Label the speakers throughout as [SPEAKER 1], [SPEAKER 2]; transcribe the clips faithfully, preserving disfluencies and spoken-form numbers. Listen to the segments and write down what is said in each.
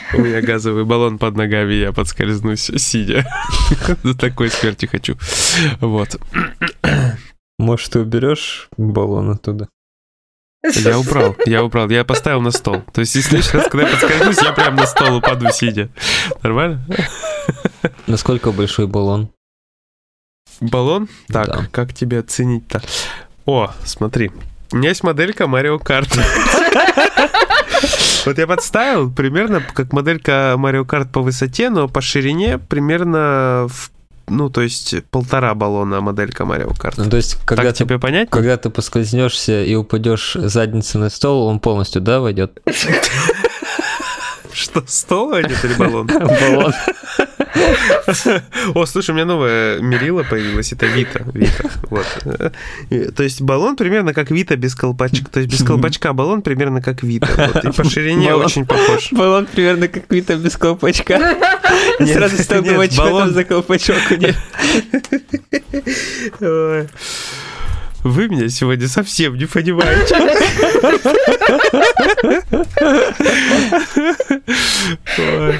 [SPEAKER 1] У меня газовый баллон под ногами, я подскользнусь, сидя. До такой смерти хочу. Вот.
[SPEAKER 2] Может, ты уберешь баллон оттуда?
[SPEAKER 1] Я убрал, я убрал, я поставил на стол. То есть, если следующий раз, когда я подскользнусь, я прям на стол упаду, сидя. Нормально?
[SPEAKER 2] Насколько большой баллон?
[SPEAKER 1] Баллон? Так,
[SPEAKER 2] Да.
[SPEAKER 1] как тебе оценить-то? О, смотри. У меня есть моделька Mario Kart. Вот я подставил примерно как моделька Mario Kart по высоте, но по ширине примерно в, ну, то есть полтора баллона моделька Mario Kart.
[SPEAKER 2] Ну, то есть, когда
[SPEAKER 1] Так
[SPEAKER 2] ты,
[SPEAKER 1] тебе понять?
[SPEAKER 2] когда ты поскользнешься и упадешь задницей на стол, он полностью, да, войдет?
[SPEAKER 1] Что, стол войдет или баллон?
[SPEAKER 2] Баллон.
[SPEAKER 1] О, слушай, у меня новая мерила появилась, это Вита. Вита. Вот. То есть баллон примерно как Вита без колпачка. То есть без колпачка баллон примерно как Вита. Вот. И по ширине
[SPEAKER 2] Баллон.
[SPEAKER 1] очень похож.
[SPEAKER 2] Баллон примерно как Вита без колпачка.
[SPEAKER 1] Нет,
[SPEAKER 2] Сразу стал
[SPEAKER 1] нет,
[SPEAKER 2] думать, что
[SPEAKER 1] баллон.
[SPEAKER 2] там за колпачок у них.
[SPEAKER 1] Ой. Вы меня сегодня совсем не понимаете. Ой.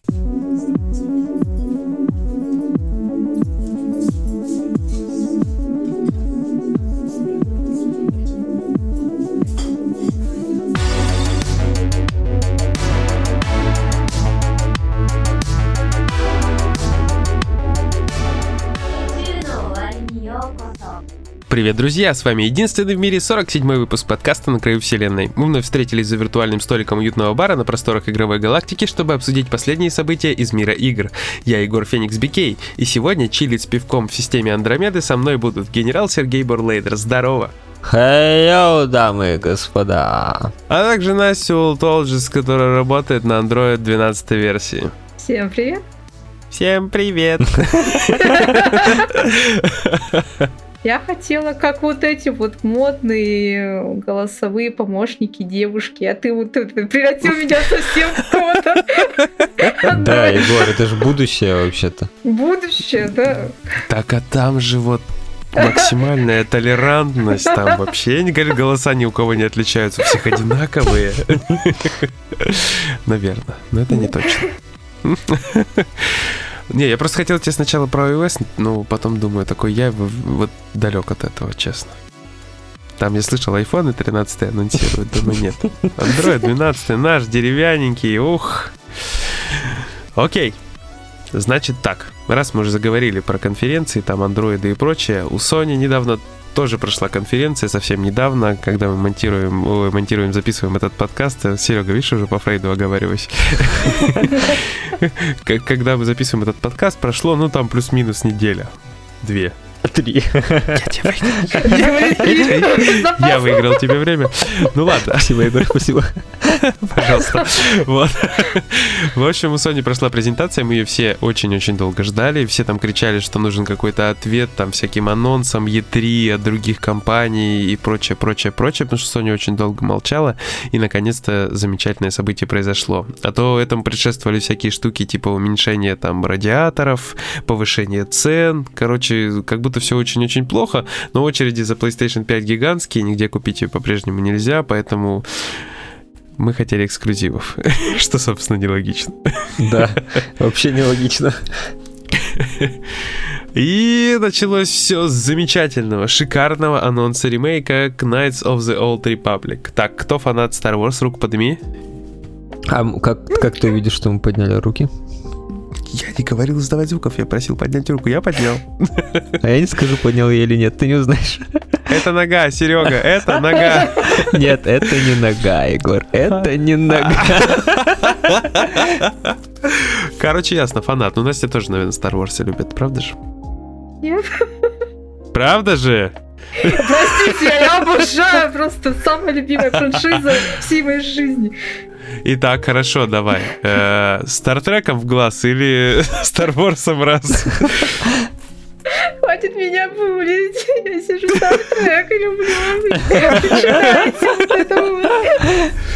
[SPEAKER 1] Привет, друзья! С вами единственный в мире сорок седьмой выпуск подкаста «На краю вселенной». Мы вновь встретились за виртуальным столиком уютного бара на просторах игровой галактики, чтобы обсудить последние события из мира игр. Я Егор Феникс Бикей, и сегодня чилить с пивком в системе Андромеды со мной будут генерал Сергей Бурлейдер. Здорово!
[SPEAKER 2] Хей-йоу, дамы и господа.
[SPEAKER 1] А также Настя Ултолджис, которая работает на Android двенадцатой версии.
[SPEAKER 3] Всем привет!
[SPEAKER 1] Всем привет!
[SPEAKER 3] Я хотела, как вот эти вот модные голосовые помощники девушки, а ты вот тут превратил меня совсем в кого-то.
[SPEAKER 2] Да, Егор, это же будущее вообще-то.
[SPEAKER 3] Будущее, да.
[SPEAKER 1] Так, а там же вот максимальная толерантность, там вообще не говорю, голоса ни у кого не отличаются, у всех одинаковые. Наверное, но это не точно. Не, я просто хотел тебе сначала про iOS, но потом думаю, такой я вот далек от этого, честно. Там я слышал, iPhone тринадцатый анонсируют, думаю, нет. Android двенадцатый наш, деревянненький, ух. Окей. Значит так, раз мы уже заговорили про конференции, там андроиды и прочее, у Sony недавно тоже прошла конференция, совсем недавно, когда мы монтируем, ой, монтируем, записываем этот подкаст. Серега, видишь, уже по Фрейду оговариваюсь. Когда мы записываем этот подкаст, прошло, ну, там плюс-минус неделя. Две.
[SPEAKER 2] Три.
[SPEAKER 1] Я выиграл тебе время. Ну ладно.
[SPEAKER 2] Спасибо, Егор, спасибо.
[SPEAKER 1] Пожалуйста. Вот. В общем, у Sony прошла презентация, мы ее все очень-очень долго ждали. Все там кричали, что нужен какой-то ответ там всяким анонсам и три от других компаний и прочее, прочее, прочее, потому что Sony очень долго молчала, и наконец-то замечательное событие произошло. А то этому предшествовали всякие штуки типа уменьшения там радиаторов, повышение цен, короче, как будто все очень-очень плохо, но очереди за PlayStation пять гигантские, нигде купить ее по-прежнему нельзя, поэтому мы хотели эксклюзивов, что, собственно, нелогично.
[SPEAKER 2] Да, вообще нелогично.
[SPEAKER 1] И началось все с замечательного, шикарного анонса ремейка Knights of the Old Republic. Так, кто фанат Star Wars, руку подними.
[SPEAKER 2] А как, как ты видишь, что мы подняли руки?
[SPEAKER 1] Я не говорил издавать звуков, я просил поднять руку, я поднял.
[SPEAKER 2] А я не скажу, поднял я или нет, ты не узнаешь.
[SPEAKER 1] Это нога, Серега, это нога.
[SPEAKER 2] Нет, это не нога, Егор, это не нога.
[SPEAKER 1] Короче, ясно, фанат. Ну, Настя тоже, наверное, Star Wars любит, правда же?
[SPEAKER 3] Нет.
[SPEAKER 1] Правда же?
[SPEAKER 3] Простите, я обожаю, просто самая любимая франшиза всей моей жизни.
[SPEAKER 1] Итак, хорошо, давай. Стартреком в глаз или Star Wars'ом раз?
[SPEAKER 3] Хватит меня булить. Я сижу Стартрек и люблю.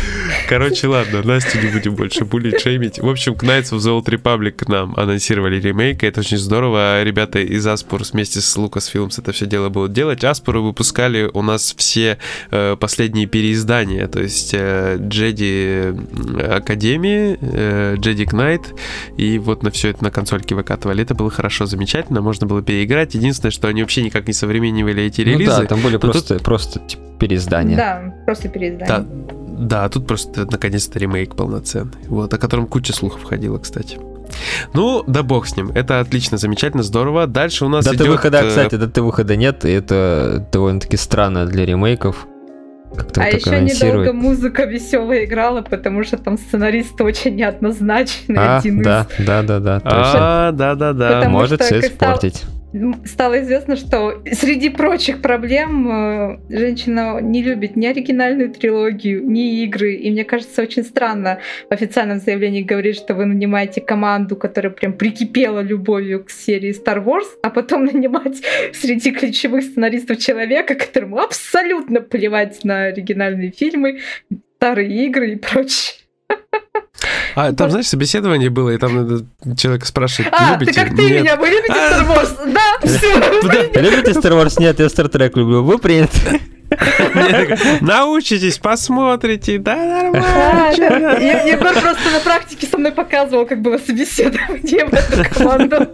[SPEAKER 1] Короче, ладно, Настю не будем больше булить, шеймить. В общем, Knights of the Old Republic нам анонсировали ремейк, и это очень здорово. Ребята из Aspur вместе с Lucasfilms это все дело будут делать. Aspur выпускали у нас все э, последние переиздания, то есть э, Jedi Академии, э, Jedi Knight, и вот на все это на консольке выкатывали. Это было хорошо, замечательно, можно было переиграть. Единственное, что они вообще никак не современнивали эти релизы.
[SPEAKER 2] Ну да, там были просто,
[SPEAKER 1] тут...
[SPEAKER 2] просто типа, переиздания.
[SPEAKER 3] Да, просто переиздания.
[SPEAKER 1] Да. Да, тут просто наконец-то ремейк полноценный, вот, о котором куча слухов ходила, кстати. Ну, да бог с ним, это отлично, замечательно, здорово. Дальше у нас
[SPEAKER 2] даты
[SPEAKER 1] идет...
[SPEAKER 2] выхода, кстати, даты выхода нет, и это довольно-таки странно для ремейков. Как-то
[SPEAKER 3] а
[SPEAKER 2] вот
[SPEAKER 3] еще недолго музыка веселая играла, потому что там сценарист очень неоднозначный.
[SPEAKER 2] А,
[SPEAKER 3] один
[SPEAKER 2] да,
[SPEAKER 3] из...
[SPEAKER 2] да, да, да,
[SPEAKER 1] а, да, да, да,
[SPEAKER 3] потому
[SPEAKER 2] может все
[SPEAKER 3] стал...
[SPEAKER 2] испортить.
[SPEAKER 3] Стало известно, что среди прочих проблем женщина не любит ни оригинальную трилогию, ни игры. И мне кажется, очень странно в официальном заявлении говорить, что вы нанимаете команду, которая прям прикипела любовью к серии Star Wars, а потом нанимать среди ключевых сценаристов человека, которому абсолютно плевать на оригинальные фильмы, старые игры и прочее.
[SPEAKER 1] А там, знаешь, собеседование было, и там надо человека спрашивать,
[SPEAKER 3] а,
[SPEAKER 1] любите?
[SPEAKER 3] ты как ты
[SPEAKER 1] Нет.
[SPEAKER 3] меня, вы любите Star Wars? Да, все.
[SPEAKER 2] Любите Star Wars? Нет, я Star Trek люблю. Вы приняты.
[SPEAKER 1] Научитесь, посмотрите, да, нормально.
[SPEAKER 3] Егор просто на практике со мной показывал, как было собеседование в эту команду.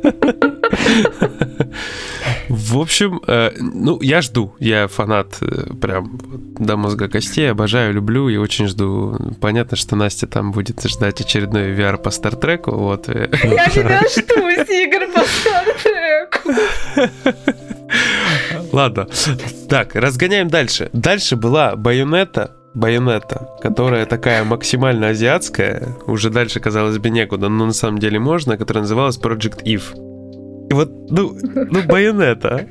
[SPEAKER 1] В общем, э, ну, я жду. Я фанат э, прям до мозга костей. Обожаю, люблю и очень жду. Понятно, что Настя там будет ждать очередной ви ар по Стартреку. Вот.
[SPEAKER 3] Я не дождусь, Игорь, по Стартреку.
[SPEAKER 1] Ладно. Так, разгоняем дальше. Дальше была Байонетта. Байонетта, которая такая максимально азиатская. Уже дальше, казалось бы, некуда, но на самом деле можно. Которая называлась Project Eve. И вот, ну, ну, Байонетта.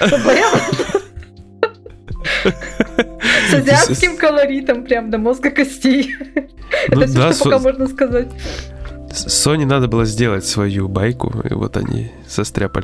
[SPEAKER 3] С азиатским колоритом, прям до мозга костей.
[SPEAKER 1] Ну,
[SPEAKER 3] это
[SPEAKER 1] да,
[SPEAKER 3] все, что пока можно сказать.
[SPEAKER 1] Sony надо было сделать свою байку, и вот они состряпали.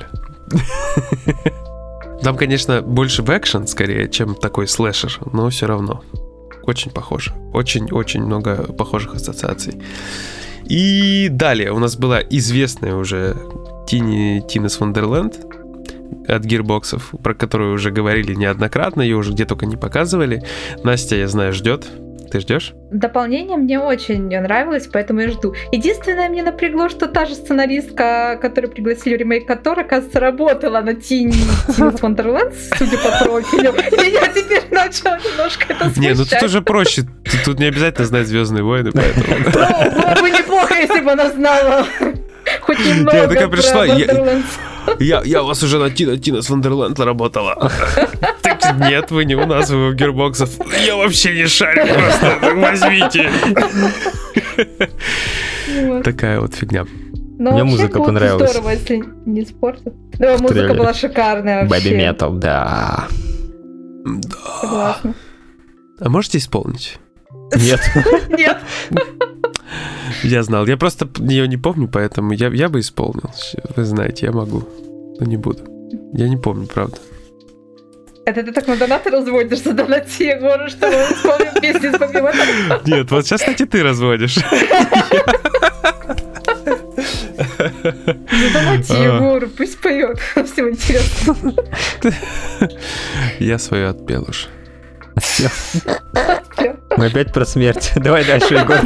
[SPEAKER 1] Там, конечно, больше в экшен, скорее, чем такой слэшер, но все равно. Очень похоже. Очень-очень много похожих ассоциаций. И далее у нас была известная уже Тини Тинес Вандерленд от гирбоксов, про которую уже говорили неоднократно, ее уже где только не показывали. Настя, я знаю, ждет. Ты ждешь?
[SPEAKER 3] Дополнение мне очень нравилось, поэтому я жду. Единственное, мне напрягло, что та же сценаристка, которую пригласили в ремейк, которая, кажется, работала на Тини Тинес Вандерленд, судя по профилю. И я теперь начала немножко это смущать.
[SPEAKER 1] Не, ну тут уже проще. Тут, тут не обязательно знать «Звездные войны», поэтому...
[SPEAKER 3] Ну, было бы неплохо, если бы она знала хоть немного
[SPEAKER 1] я такая пришла,
[SPEAKER 3] про Вандерленд.
[SPEAKER 1] Я, я у вас уже на Тина Тинес Вандерленд работала. Так, нет, вы не у нас, вы в гирбоксов. Я вообще не шарю, просто возьмите. Такая вот фигня.
[SPEAKER 3] Но
[SPEAKER 2] мне музыка понравилась.
[SPEAKER 3] Здорово, если не спортит. Да, музыка была шикарная вообще.
[SPEAKER 2] Бэби метал, да.
[SPEAKER 1] Да.
[SPEAKER 3] Согласна.
[SPEAKER 1] А можете исполнить?
[SPEAKER 2] Нет.
[SPEAKER 3] Нет.
[SPEAKER 1] Я знал. Я просто ее не помню, поэтому я, я бы исполнил. Вы знаете, я могу. Но не буду. Я не помню, правда.
[SPEAKER 3] Это ты так на донаты разводишь, задонати Егору, что он вспомнил песни с Бэби Метал?
[SPEAKER 1] Нет, вот сейчас, кстати, ты разводишь.
[SPEAKER 3] Задонати Егору, пусть поет. Всем интересно.
[SPEAKER 1] Я свою отпел уж.
[SPEAKER 2] Все. Мы опять про смерть. Давай дальше, Егор.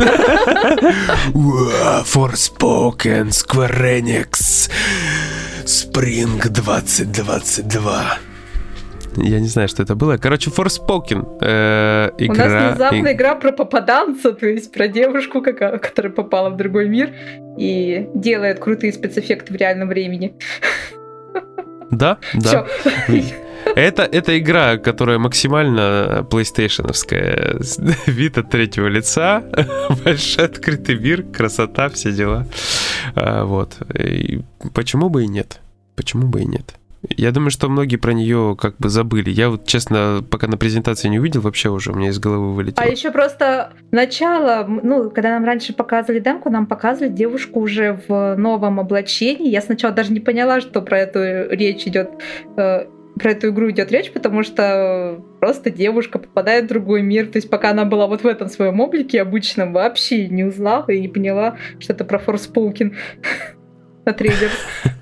[SPEAKER 1] Forspoken, Square Enix, Spring двадцать двадцать два. Я не знаю, что это было. Короче, Forspoken. Э, игра...
[SPEAKER 3] У нас внезапно игра про попаданца, то есть про девушку, которая попала в другой мир и делает крутые спецэффекты в реальном времени.
[SPEAKER 1] Да, да.
[SPEAKER 3] Всё.
[SPEAKER 1] Это, это игра, которая максимально плейстейшеновская. Вид от третьего лица, большой открытый мир, красота, все дела. А, вот. И почему бы и нет? Почему бы и нет? Я думаю, что многие про нее как бы забыли. Я вот, честно, пока на презентации не увидел, вообще уже у меня из головы вылетело.
[SPEAKER 3] А еще просто начало, ну, когда нам раньше показывали демку, нам показывали девушку уже в новом облачении. Я сначала даже не поняла, что про эту речь идет. про эту игру идет речь, потому что просто девушка попадает в другой мир. То есть пока она была вот в этом своем облике обычном, вообще не узнала и не поняла, что это про Forspoken на трейлер.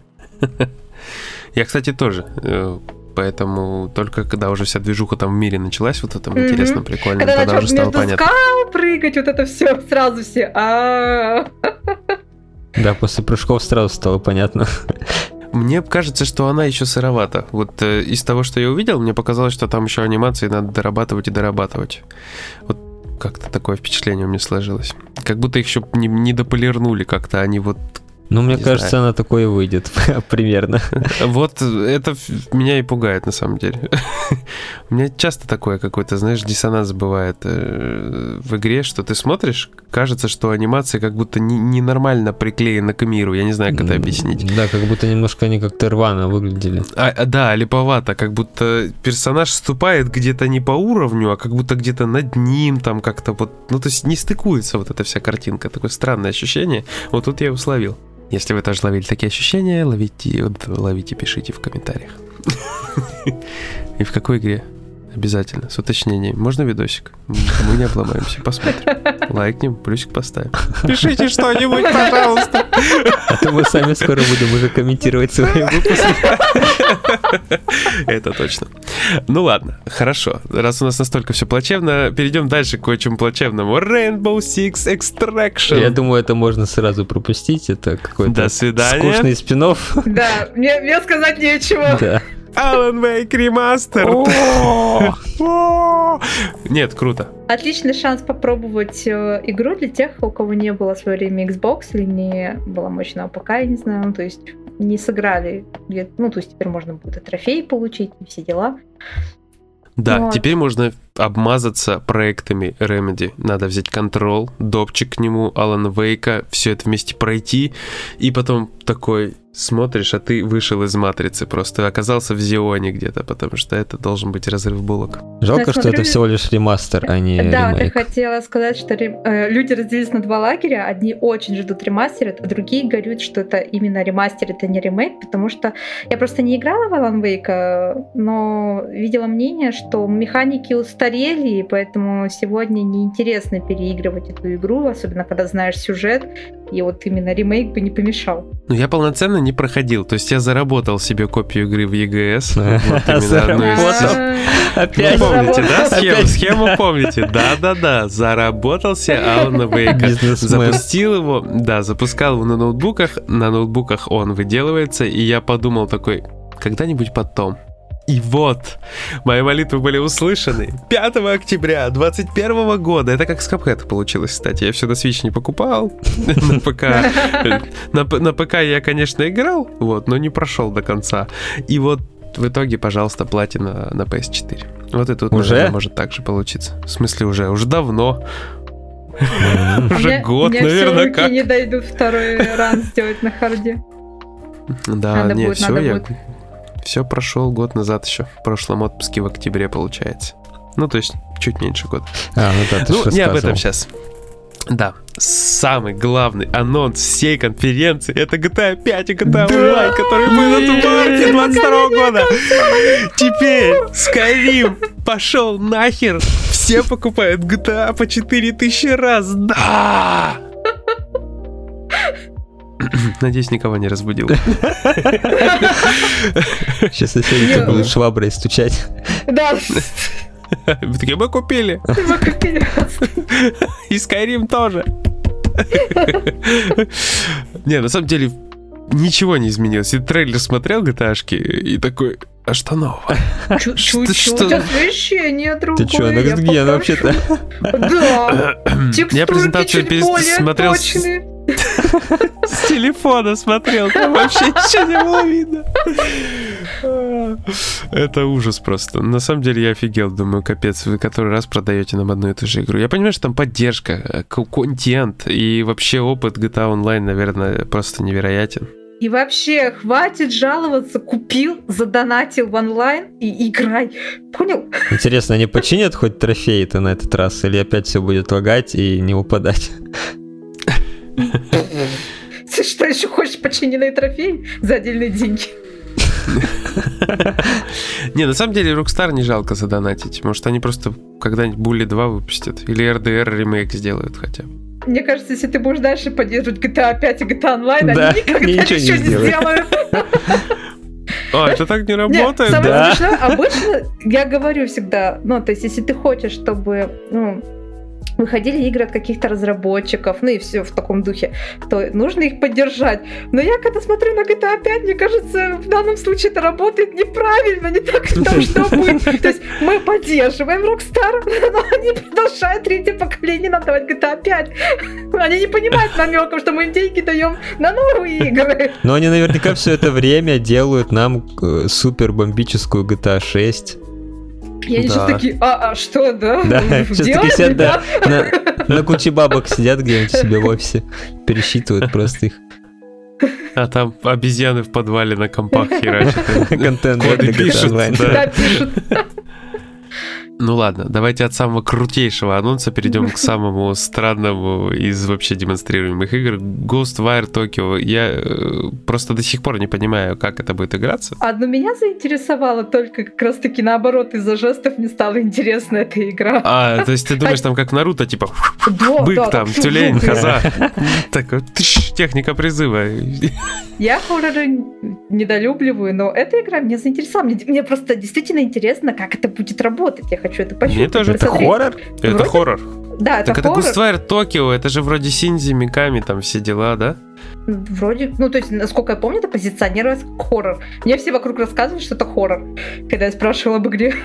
[SPEAKER 1] Я, кстати, тоже. Поэтому только когда уже вся движуха там в мире началась, вот это mm-hmm. интересно, прикольно,
[SPEAKER 3] когда
[SPEAKER 1] тогда уже стало понятно.
[SPEAKER 3] Когда начал скал прыгать, вот это все, сразу все. А-а-а.
[SPEAKER 2] Да, после прыжков сразу стало понятно.
[SPEAKER 1] Мне кажется, что она еще сыровата. Вот э, из того, что я увидел, мне показалось, что там еще анимации надо дорабатывать и дорабатывать. Вот как-то такое впечатление у меня сложилось. Как будто их еще не, не дополирнули как-то, они вот...
[SPEAKER 2] Ну, мне
[SPEAKER 1] не
[SPEAKER 2] кажется,
[SPEAKER 1] знаю.
[SPEAKER 2] она такое и выйдет, примерно.
[SPEAKER 1] Вот это меня и пугает, на самом деле. У меня часто такое какой-то, знаешь, диссонанс бывает в игре, что ты смотришь, кажется, что анимация как будто ненормально приклеена к миру. Я не знаю, как это объяснить.
[SPEAKER 2] Да, как будто немножко они как-то рвано выглядели.
[SPEAKER 1] А, да, липовато, как будто персонаж ступает где-то не по уровню, а как будто где-то над ним, там как-то вот... Ну, то есть не стыкуется вот эта вся картинка. Такое странное ощущение. Вот тут я его словил. Если вы тоже ловили такие ощущения, ловите, ловите, пишите в комментариях. И в какой игре? Обязательно, с уточнением. Можно видосик? Мы не обломаемся, посмотрим. Лайкнем, плюсик поставим. Пишите что-нибудь, пожалуйста.
[SPEAKER 2] А то мы сами скоро будем уже комментировать свои выпуски.
[SPEAKER 1] Это точно. Ну ладно, хорошо. Раз у нас настолько все плачевно, перейдем дальше к кое-чему плачевному. Rainbow Six Extraction.
[SPEAKER 2] Я думаю, это можно сразу пропустить. Это какой-то
[SPEAKER 1] До свидания.
[SPEAKER 2] Скучный спин-офф.
[SPEAKER 3] Да, мне, мне сказать нечего.
[SPEAKER 2] Да.
[SPEAKER 1] Alan Wake Remastered. Нет, круто.
[SPEAKER 3] Отличный шанс попробовать э, игру для тех, у кого не было в свое время Xbox или не было мощного ПК, я не знаю, ну, то есть не сыграли, ну, то есть теперь можно будет и трофеи получить, и все дела.
[SPEAKER 1] Да,
[SPEAKER 3] вот.
[SPEAKER 1] Теперь можно обмазаться проектами Remedy. Надо взять Control, допчик к нему, Alan Wake, все это вместе пройти, и потом такой смотришь, а ты вышел из матрицы, просто оказался в Зионе где-то, потому что это должен быть разрыв булок.
[SPEAKER 2] Жалко,
[SPEAKER 3] Я
[SPEAKER 2] что
[SPEAKER 3] смотрю...
[SPEAKER 2] это всего лишь ремастер, а не
[SPEAKER 3] да,
[SPEAKER 2] ремейк.
[SPEAKER 3] Да, я хотела сказать, что рем... э, люди разделились на два лагеря. Одни очень ждут ремастер, а другие говорят, что это именно ремастер, это не ремейк, потому что я просто не играла в Alan Wake, но видела мнение, что механики устарели, и поэтому сегодня неинтересно переигрывать эту игру, особенно когда знаешь сюжет, и вот именно ремейк бы не помешал.
[SPEAKER 1] Ну, я полноценно не проходил, то есть я заработал себе копию игры в и джи эс.
[SPEAKER 2] Опять
[SPEAKER 1] помните, да, схему? Схему помните? Да-да-да, заработался Alan Wake. Запустил его, да, запускал его на ноутбуках, на ноутбуках он выделывается, и я подумал такой, когда-нибудь потом. И вот, мои молитвы были услышаны. пятого октября двадцать первого года. Это как с Cuphead получилось, кстати. Я все на Switch не покупал. На ПК. На, на ПК я, конечно, играл, вот, но не прошел до конца. И вот в итоге, пожалуйста, платина на пи эс четыре. Вот и тут,
[SPEAKER 2] уже?
[SPEAKER 1] Наверное, может так же получиться. В смысле уже? Уже давно. Уже
[SPEAKER 3] а
[SPEAKER 1] год,
[SPEAKER 3] мне,
[SPEAKER 1] наверное,
[SPEAKER 3] все
[SPEAKER 1] как.
[SPEAKER 3] руки не дойдут второй ран сделать на харде.
[SPEAKER 1] Да,
[SPEAKER 3] надо
[SPEAKER 1] нет,
[SPEAKER 3] будет,
[SPEAKER 1] все,
[SPEAKER 3] надо
[SPEAKER 1] я...
[SPEAKER 3] будет.
[SPEAKER 1] Все прошел год назад еще. В прошлом отпуске в октябре, получается. Ну, то есть, чуть меньше года.
[SPEAKER 2] А, ну да, ты
[SPEAKER 1] Ну, не об этом
[SPEAKER 2] рассказывал.
[SPEAKER 1] сейчас. Да, самый главный анонс всей конференции — это джи ти эй пять и джи ти эй Online, который будет в марте двадцать второго года. Теперь Skyrim пошел нахер. Все покупают джи ти эй по четыре тысячи раз. Да! Надеюсь, никого не разбудил.
[SPEAKER 2] Сейчас соседи будут шваброй стучать.
[SPEAKER 3] Да,
[SPEAKER 1] Вы такие, мы купили.
[SPEAKER 3] мы купили.
[SPEAKER 1] И Skyrim тоже. Не, на самом деле, ничего не изменилось. И трейлер смотрел джи ти эй-шки и такой, а что нового?
[SPEAKER 3] Чуть-чуть освещение другое.
[SPEAKER 2] Ты что, Next Gen вообще-то?
[SPEAKER 3] Да.
[SPEAKER 1] Я презентацию
[SPEAKER 3] Текстурки чуть более
[SPEAKER 1] смотрел с-
[SPEAKER 3] точные.
[SPEAKER 1] С телефона смотрел, там вообще ничего не было видно. Это ужас просто. На самом деле я офигел, думаю, капец, вы который раз продаете нам одну и ту же игру. Я понимаю, что там поддержка, к- контент и вообще опыт джи ти эй Online, наверное, просто невероятен.
[SPEAKER 3] И вообще, хватит жаловаться, купил, задонатил в онлайн и играй. Понял?
[SPEAKER 2] Интересно, они починят хоть трофеи-то на этот раз? Или опять все будет лагать и не упадать?
[SPEAKER 3] Ты что, еще хочешь починенные трофеи за отдельные деньги?
[SPEAKER 1] Не, на самом деле, Rockstar не жалко задонатить. Может, они просто когда-нибудь Bully два выпустят. Или эр дэ эр ремейк сделают хотя бы.
[SPEAKER 3] Мне кажется, если ты будешь дальше поддерживать джи ти эй пять и джи ти эй Online,
[SPEAKER 2] Да,
[SPEAKER 3] они никогда
[SPEAKER 2] ничего
[SPEAKER 3] ничего
[SPEAKER 2] не
[SPEAKER 3] не
[SPEAKER 2] сделают.
[SPEAKER 3] сделают.
[SPEAKER 1] А, это так не работает,
[SPEAKER 3] Нет, самое
[SPEAKER 1] да?
[SPEAKER 3] смешное, обычно я говорю всегда, ну, то есть, если ты хочешь, чтобы, ну, выходили игры от каких-то разработчиков, ну и все в таком духе, то нужно их поддержать. Но я когда смотрю на джи ти эй пять, мне кажется, в данном случае это работает неправильно, не так должно быть. То есть мы поддерживаем Rockstar, но они продолжают третье поколение нам давать джи ти эй пять. Они не понимают намеков, что мы им деньги даем на новые игры.
[SPEAKER 2] Но они наверняка все это время делают нам э, супер бомбическую джи ти эй шесть.
[SPEAKER 3] И они
[SPEAKER 1] Да.
[SPEAKER 3] сейчас такие, а, а что, да?
[SPEAKER 2] Да, сейчас
[SPEAKER 3] Делали,
[SPEAKER 2] такие сидят,
[SPEAKER 3] да?
[SPEAKER 2] да, на, на куче бабок сидят где-нибудь себе в офисе, пересчитывают просто их
[SPEAKER 1] А там обезьяны в подвале на компах херачат.
[SPEAKER 2] контент
[SPEAKER 1] Коды
[SPEAKER 2] для джи ти эй
[SPEAKER 1] пишут,
[SPEAKER 2] Online.
[SPEAKER 1] да.
[SPEAKER 3] Да, пишут.
[SPEAKER 1] Ну ладно, давайте от самого крутейшего анонса перейдем к самому странному из вообще демонстрируемых игр. Ghostwire Tokyo. Я э, просто до сих пор не понимаю, как это будет играться.
[SPEAKER 3] А, но меня заинтересовало только как раз-таки наоборот, из-за жестов мне стала интересна эта игра.
[SPEAKER 1] А, то есть ты думаешь, там как Наруто, типа
[SPEAKER 3] Да,
[SPEAKER 1] бык
[SPEAKER 3] да,
[SPEAKER 1] там,
[SPEAKER 3] так,
[SPEAKER 1] тюлень,
[SPEAKER 3] фу-фу.
[SPEAKER 1] коза. Такой тыщ, техника призыва.
[SPEAKER 3] Я хорроры недолюбливаю, но эта игра меня заинтересовала. Мне, мне просто действительно интересно, как это будет работать. Я хочу это пощупать.
[SPEAKER 1] Мне тоже.
[SPEAKER 2] Это
[SPEAKER 3] посмотреть.
[SPEAKER 2] хоррор?
[SPEAKER 1] Это
[SPEAKER 3] Вроде-
[SPEAKER 1] хоррор.
[SPEAKER 3] Да, это
[SPEAKER 1] Так это
[SPEAKER 3] хоррор.
[SPEAKER 1] Ghostwire Tokyo, это же вроде Синдзи, Миками, там все дела, да?
[SPEAKER 3] Вроде, ну, то есть, насколько я помню, это позиционировалось как хоррор. Мне все вокруг рассказывали, что это хоррор, когда я спрашивала об игре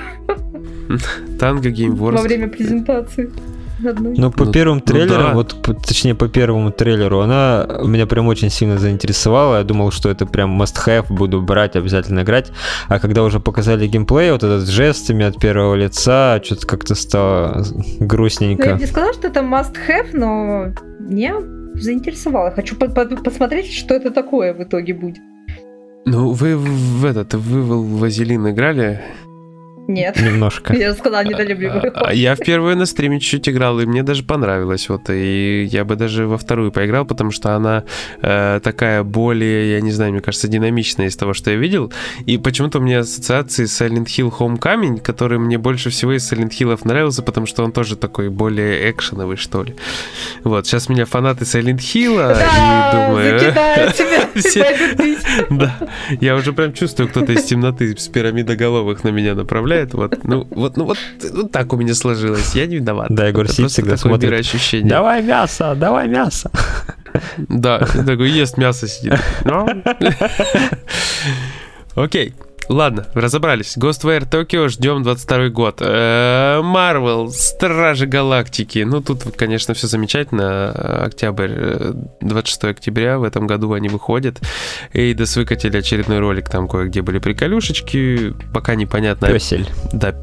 [SPEAKER 1] Танго Game
[SPEAKER 3] во
[SPEAKER 1] Wars.
[SPEAKER 3] время презентации. одной.
[SPEAKER 2] Ну, по
[SPEAKER 1] Ну,
[SPEAKER 2] первым
[SPEAKER 1] ну
[SPEAKER 2] трейлерам,
[SPEAKER 1] да.
[SPEAKER 2] вот, по- точнее, по первому трейлеру, она меня прям очень сильно заинтересовала. Я думал, что это прям must-have, буду брать, обязательно играть. А когда уже показали геймплей, вот этот с жестами от первого лица, что-то как-то стало
[SPEAKER 3] Ну, я
[SPEAKER 2] грустненько.
[SPEAKER 3] бы не сказала, что это must-have, но меня заинтересовало. Хочу по- по- посмотреть, что это такое в итоге будет.
[SPEAKER 1] Ну, вы в этот, вы в Вазелин играли?
[SPEAKER 3] Нет.
[SPEAKER 2] Немножко.
[SPEAKER 3] Я же сказала, недолюбливаю.
[SPEAKER 1] А я в первую на стриме чуть-чуть играл, и мне даже понравилось. Вот, и я бы даже во вторую поиграл, потому что она э, такая более, я не знаю, мне кажется, динамичная из того, что я видел. И почему-то у меня ассоциации с Silent Hill Homecoming, который мне больше всего из Silent Hill'ов нравился, потому что он тоже такой более экшеновый, что ли. Вот, сейчас меня фанаты Silent Hill'а, и
[SPEAKER 3] Да,
[SPEAKER 1] думаю...
[SPEAKER 3] закидают тебя и
[SPEAKER 1] Все-
[SPEAKER 3] пойдут бить.
[SPEAKER 1] Да, я уже прям чувствую, кто-то из темноты с пирамидоголовых на меня направляет. Вот, ну, вот, ну, вот, вот так у меня сложилось. Я не виноват.
[SPEAKER 2] Да, Егор
[SPEAKER 1] Это
[SPEAKER 2] сидит
[SPEAKER 1] просто
[SPEAKER 2] всегда
[SPEAKER 1] такое
[SPEAKER 2] смотрит.
[SPEAKER 1] мироощущение.
[SPEAKER 2] Давай мясо, давай мясо.
[SPEAKER 1] Да, такой ест мясо сидит. Ну. Окей. Ладно, разобрались. Ghostwire Tokyo, ждем двадцать второй год. Э, Marvel, Стражи Галактики. Ну, тут, конечно, все замечательно. Октябрь, э, двадцать шестого октября в этом году они выходят. Эйдос выкатили очередной ролик, там кое-где были приколюшечки. Пока непонятно.
[SPEAKER 2] Пёсель.
[SPEAKER 1] Да.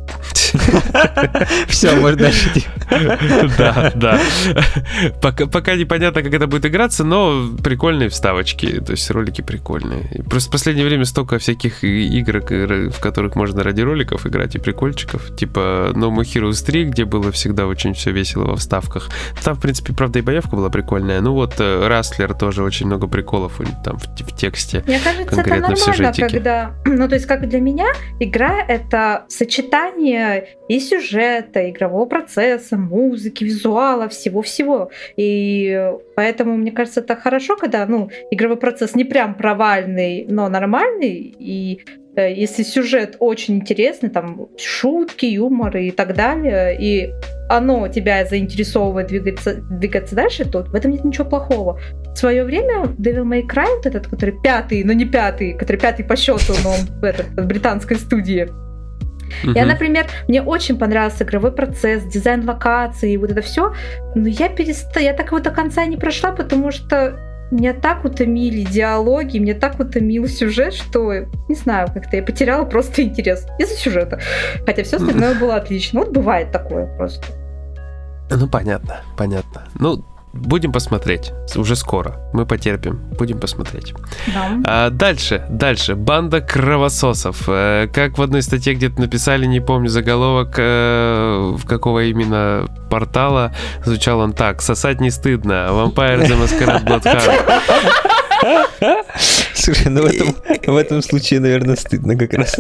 [SPEAKER 2] Все, можно дальше идти.
[SPEAKER 1] Да, да. Пока, пока непонятно, как это будет играться, но прикольные вставочки. То есть ролики прикольные. И просто в последнее время столько всяких игр, в которых можно ради роликов играть и прикольчиков. Типа No More Heroes три, где было всегда очень все весело во вставках. Там, в принципе, правда, и боевка была прикольная. Ну вот Растлер тоже очень много приколов там в, в тексте.
[SPEAKER 3] Мне кажется, это
[SPEAKER 1] Конкретно в
[SPEAKER 3] нормально,
[SPEAKER 1] сюжетике.
[SPEAKER 3] когда... Ну, то есть, как для меня, игра — это сочетание и сюжета, игрового процесса, музыки, визуала, всего-всего. И поэтому, мне кажется, это хорошо, когда, ну, игровой процесс не прям провальный, но нормальный, и э, если сюжет очень интересный, там, шутки, юмор и так далее, и оно тебя заинтересовывает двигаться, двигаться дальше, то в этом нет ничего плохого. В свое время Devil May Cry, вот этот, который пятый, но не пятый, который пятый по счету, но он в, этот, в британской студии.
[SPEAKER 1] Мгм.
[SPEAKER 3] Я, например, мне очень понравился игровой процесс, дизайн локаций, вот это все, но я перестала, я так его до конца не прошла, потому что меня так утомили диалоги, меня так утомил сюжет, что, не знаю, как-то я потеряла просто интерес из-за сюжета. Хотя все остальное было отлично. Вот бывает такое просто.
[SPEAKER 1] Ну, понятно, понятно. Ну, будем посмотреть. Уже скоро. Мы потерпим. Будем посмотреть.
[SPEAKER 3] Да.
[SPEAKER 1] А дальше, дальше. Банда кровососов. Э, Как в одной статье где-то написали, не помню заголовок, э, в какого именно портала, звучал он так: «Сосать не стыдно. Vampire the Masquerade Bloodhound».
[SPEAKER 2] Слушай, ну в этом, в этом случае, наверное, стыдно как раз.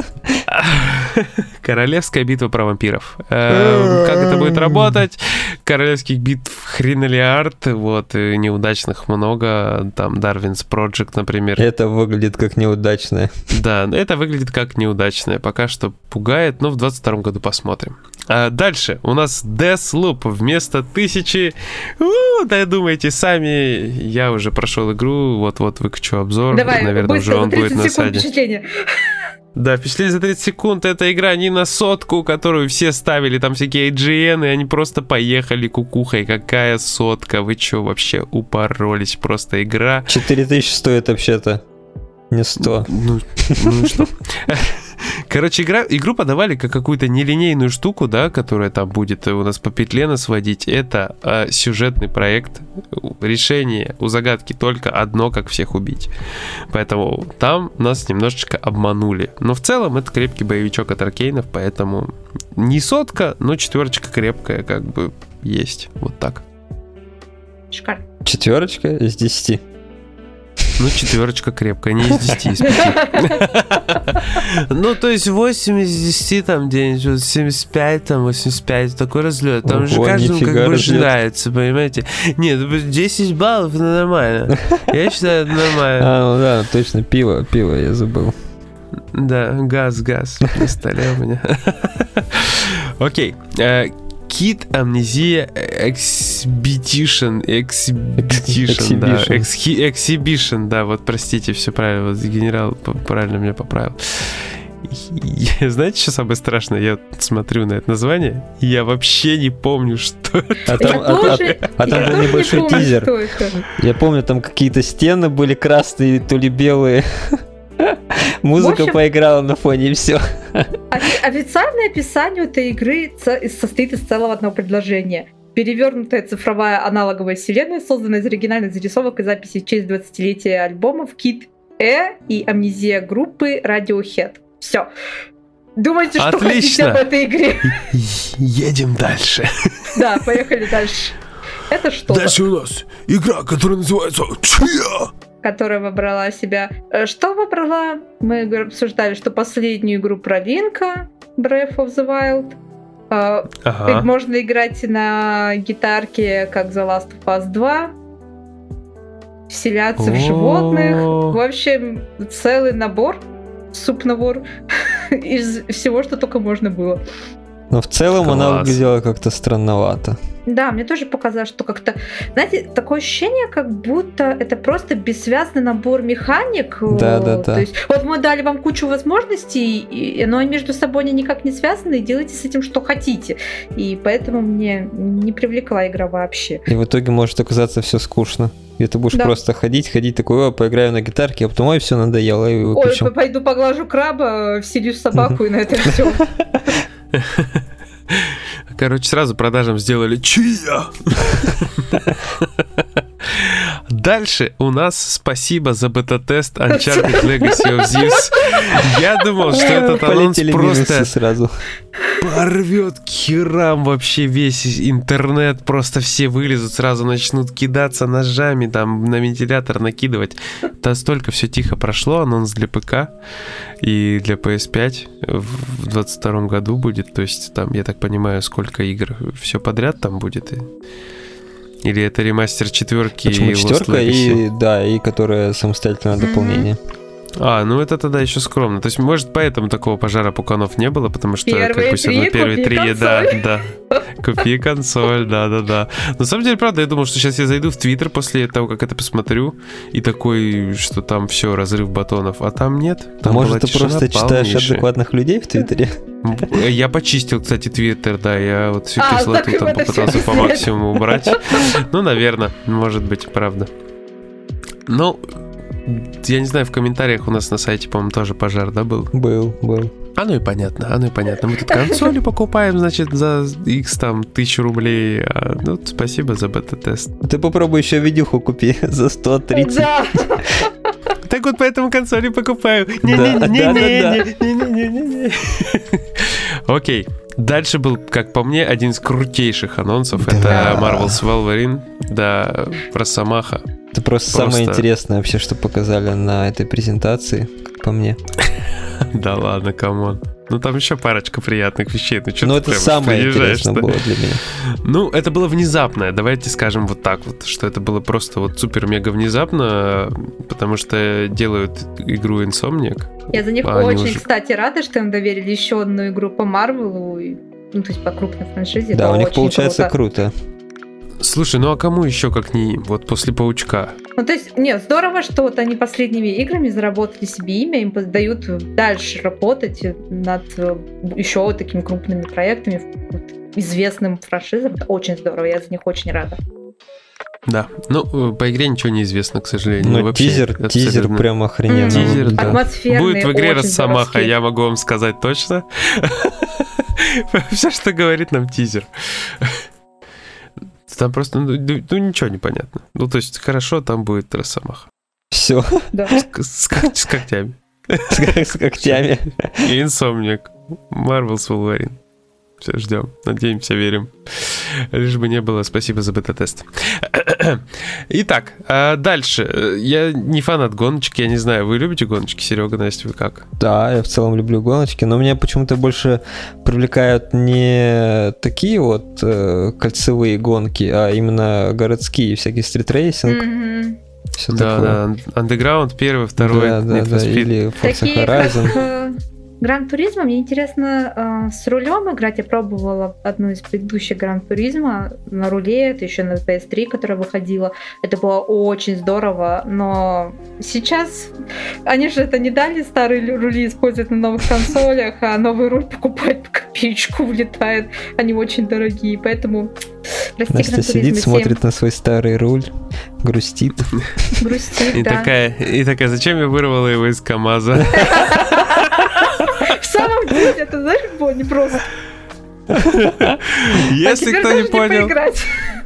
[SPEAKER 1] Королевская битва про вампиров. Э, как это будет работать? Королевских битв хренолиард, вот, и неудачных много. Там Darwin's Project, например.
[SPEAKER 2] Это выглядит как неудачное.
[SPEAKER 1] Да, это выглядит как неудачное. Пока что пугает, но в двадцать втором году посмотрим. А дальше у нас Deathloop вместо тысячи. У, да думаете сами, я уже прошел игру, вот-вот выкачу обзор.
[SPEAKER 3] Давай,
[SPEAKER 1] наверное,
[SPEAKER 3] быстро,
[SPEAKER 1] уже он будет на сайте.
[SPEAKER 3] Впечатление.
[SPEAKER 1] Да, впечатление за тридцать секунд. Это игра не на сотку, которую все ставили, там всякие эй джи эн, и они просто поехали кукухой. Какая сотка? Вы чё, вообще упоролись? Просто игра.
[SPEAKER 2] четыре тысячи стоит вообще-то. Не сто.
[SPEAKER 1] Ну, ну и что? Короче, игра, игру подавали как какую-то нелинейную штуку, да, которая там будет у нас по петле нас водить. Это э, сюжетный проект. Решение у загадки только одно, как всех убить. Поэтому там нас немножечко обманули. Но в целом это крепкий боевичок от Аркейнов, поэтому не сотка, но четверочка крепкая как бы есть. Вот так.
[SPEAKER 3] Шикарно.
[SPEAKER 2] Четверочка из десяти.
[SPEAKER 1] Ну, четверочка крепкая, не из десяти, из пяти. Ну, то есть восемь из десяти, там где-нибудь, семьдесят пять, там восемьдесят пять, такой разлет. Там же каждому как бы нравится, понимаете? Нет, десять баллов, это нормально. Я считаю, это нормально.
[SPEAKER 2] А, ну да, точно, пиво, пиво, я забыл.
[SPEAKER 1] Да, газ, газ на столе у меня. Окей. Kid Amnesia Exhibition, Exhibition, да, Exhibition, да, вот простите, все правильно, вот генерал правильно меня поправил. Знаете, что самое страшное? Я смотрю на это название, и я вообще не помню, что это.
[SPEAKER 2] А там, а, а, а там был небольшой помню, тизер. Я помню, там какие-то стены были красные, то ли белые. Музыка общем, поиграла на фоне, и все.
[SPEAKER 3] Официальное описание этой игры состоит из целого одного предложения. Перевернутая цифровая аналоговая вселенная, созданная из оригинальных зарисовок и записей в честь двадцатилетия альбомов Kid A и Amnesia группы Radiohead. Все. Думайте, что
[SPEAKER 1] Отлично.
[SPEAKER 3] Хотите об этой игре.
[SPEAKER 1] Едем дальше.
[SPEAKER 3] Да, поехали дальше. Это что?
[SPEAKER 1] Дальше у нас игра, которая называется Чья?
[SPEAKER 3] Которая выбрала себя. Что выбрала? Мы обсуждали, что последнюю игру про Линка, Breath of the Wild. Ага. Можно играть на гитарке, как The Last of Us два. Вселяться в животных. В общем, целый набор, суп-набор из всего, что только можно было.
[SPEAKER 2] Но в целом Класс. Она выглядела как-то странновато.
[SPEAKER 3] Да, мне тоже показалось, что как-то, знаете, такое ощущение, как будто это просто бессвязный набор механик.
[SPEAKER 2] Да, да, да.
[SPEAKER 3] То есть, вот мы дали вам кучу возможностей, но между собой они никак не связаны, и делайте с этим, что хотите. И поэтому мне не привлекла игра вообще.
[SPEAKER 2] И в итоге может оказаться все скучно. И ты будешь да. просто ходить, ходить такой, о, поиграю на гитарке, а потом, ой, все надоело, и выключил.
[SPEAKER 3] Ой, пойду поглажу краба, вселю собаку, и на этом все.
[SPEAKER 1] Короче, сразу продажам сделали чья. Дальше у нас спасибо за бета-тест Uncharted Legacy of Thieves. Я думал, что этот анонс просто
[SPEAKER 2] сразу
[SPEAKER 1] порвет к херам вообще весь интернет. Просто все вылезут, сразу начнут кидаться ножами, там на вентилятор накидывать. Да столько все тихо прошло. Анонс для ПК и для пи эс пять в двадцать втором году будет. То есть там, я так понимаю, сколько игр. Все подряд там будет. Или это ремастер четверки?
[SPEAKER 2] Почему четверка и, да, и которая самостоятельное mm-hmm. дополнение.
[SPEAKER 1] А, ну это тогда еще скромно. То есть, может, поэтому такого пожара пуканов не было, потому что
[SPEAKER 3] первые
[SPEAKER 1] как бы все равно первые три, консоль. да, да. Купи консоль, да, да, да. На самом деле, правда, я думал, что сейчас я зайду в Твиттер после того, как это посмотрю, и такой, что там все, разрыв батонов. А там нет. Там
[SPEAKER 2] может, ты просто читаешь адекватных людей в Твиттере?
[SPEAKER 1] Я почистил, кстати, Твиттер, да, я вот всю кислоту там попытался по максимуму убрать. Ну, наверное, может быть, правда. Ну, я не знаю, в комментариях у нас на сайте, по-моему, тоже пожар, да, был?
[SPEAKER 2] Был, был.
[SPEAKER 1] Оно и понятно, оно и понятно. Мы тут консоли покупаем, значит, за X там тысячу рублей. А, ну, спасибо за бета-тест.
[SPEAKER 2] Ты попробуй еще видюху купи за сто тридцать.
[SPEAKER 3] Да.
[SPEAKER 1] Так вот, поэтому консоли покупаю. Не-не-не-не-не-не-не-не-не. Окей. Дальше был, как по мне, один из крутейших анонсов. Да. Это Marvel's Wolverine, да, Росомаха.
[SPEAKER 2] Это просто, просто самое интересное вообще, что показали на этой презентации, как по мне.
[SPEAKER 1] Да ладно, камон. Ну, там еще парочка приятных вещей. Ну, что
[SPEAKER 2] Но
[SPEAKER 1] ты
[SPEAKER 2] это самое интересное было для меня.
[SPEAKER 1] Ну, это было внезапное. Давайте скажем вот так вот, что это было просто вот супер-мега внезапно, потому что делают игру Insomniac.
[SPEAKER 3] Я за них
[SPEAKER 1] а
[SPEAKER 3] очень,
[SPEAKER 1] уже...
[SPEAKER 3] кстати, рада, что им доверили еще одну игру по Марвелу, ну, то есть по крупной франшизе.
[SPEAKER 2] Да,
[SPEAKER 3] это
[SPEAKER 2] у них
[SPEAKER 3] очень
[SPEAKER 2] получается
[SPEAKER 3] круто.
[SPEAKER 2] круто.
[SPEAKER 1] Слушай, ну а кому еще, как не им, вот после Паучка?
[SPEAKER 3] Ну, то есть, нет, здорово, что вот они последними играми заработали себе имя, им дают дальше работать над еще такими крупными проектами, известным франшизам. Это очень здорово, я за них очень рада.
[SPEAKER 1] Да, ну, по игре ничего не известно, к сожалению.
[SPEAKER 2] Ну,
[SPEAKER 1] вообще,
[SPEAKER 2] тизер, тизер
[SPEAKER 1] абсолютно...
[SPEAKER 2] прям охрененный.
[SPEAKER 1] Mm-hmm. Тизер,
[SPEAKER 3] да. Атмосферный,
[SPEAKER 1] будет в игре Росомаха,
[SPEAKER 3] здоровский.
[SPEAKER 1] Я могу вам сказать точно. Все, что говорит нам тизер. Там просто, ну, ну, ничего не понятно. Ну, то есть, хорошо, там будет Росомаха.
[SPEAKER 2] Все.
[SPEAKER 3] Да.
[SPEAKER 1] С, с, с когтями.
[SPEAKER 2] С когтями.
[SPEAKER 1] И Insomniac. Marvel's Wolverine. Все, ждем. Надеемся, верим. Лишь бы не было. Спасибо за бета-тест. Итак, дальше. Я не фанат гоночек. Я не знаю, вы любите гоночки? Серега, Настя, вы как?
[SPEAKER 2] Да, я в целом люблю гоночки, но меня почему-то больше привлекают не такие вот э, кольцевые гонки, а именно городские, всякие стритрейсинг.
[SPEAKER 3] Mm-hmm.
[SPEAKER 2] Все
[SPEAKER 1] да,
[SPEAKER 2] такое.
[SPEAKER 1] Да, Underground первый, второй.
[SPEAKER 2] Да, да, да. Или Forza
[SPEAKER 3] Такие
[SPEAKER 2] Horizon.
[SPEAKER 3] Как... Гран Туризмо, мне интересно э, с рулем играть. Я пробовала одну из предыдущих Гран Туризмо на руле, это еще на пи эс три, которая выходила. Это было очень здорово, но сейчас они же это не дали старые рули использовать на новых консолях, а новый руль покупать по копеечку улетает. Они очень дорогие, поэтому прости,
[SPEAKER 2] Настя сидит,
[SPEAKER 3] семь.
[SPEAKER 2] Смотрит на свой старый руль, грустит.
[SPEAKER 3] Грустит,
[SPEAKER 1] и
[SPEAKER 3] да.
[SPEAKER 1] Такая, и такая, зачем я вырвала его из КамАЗа?
[SPEAKER 3] В самом деле, это, знаешь, было непросто.
[SPEAKER 1] Если
[SPEAKER 3] а
[SPEAKER 1] кто не понял...
[SPEAKER 3] поиграть.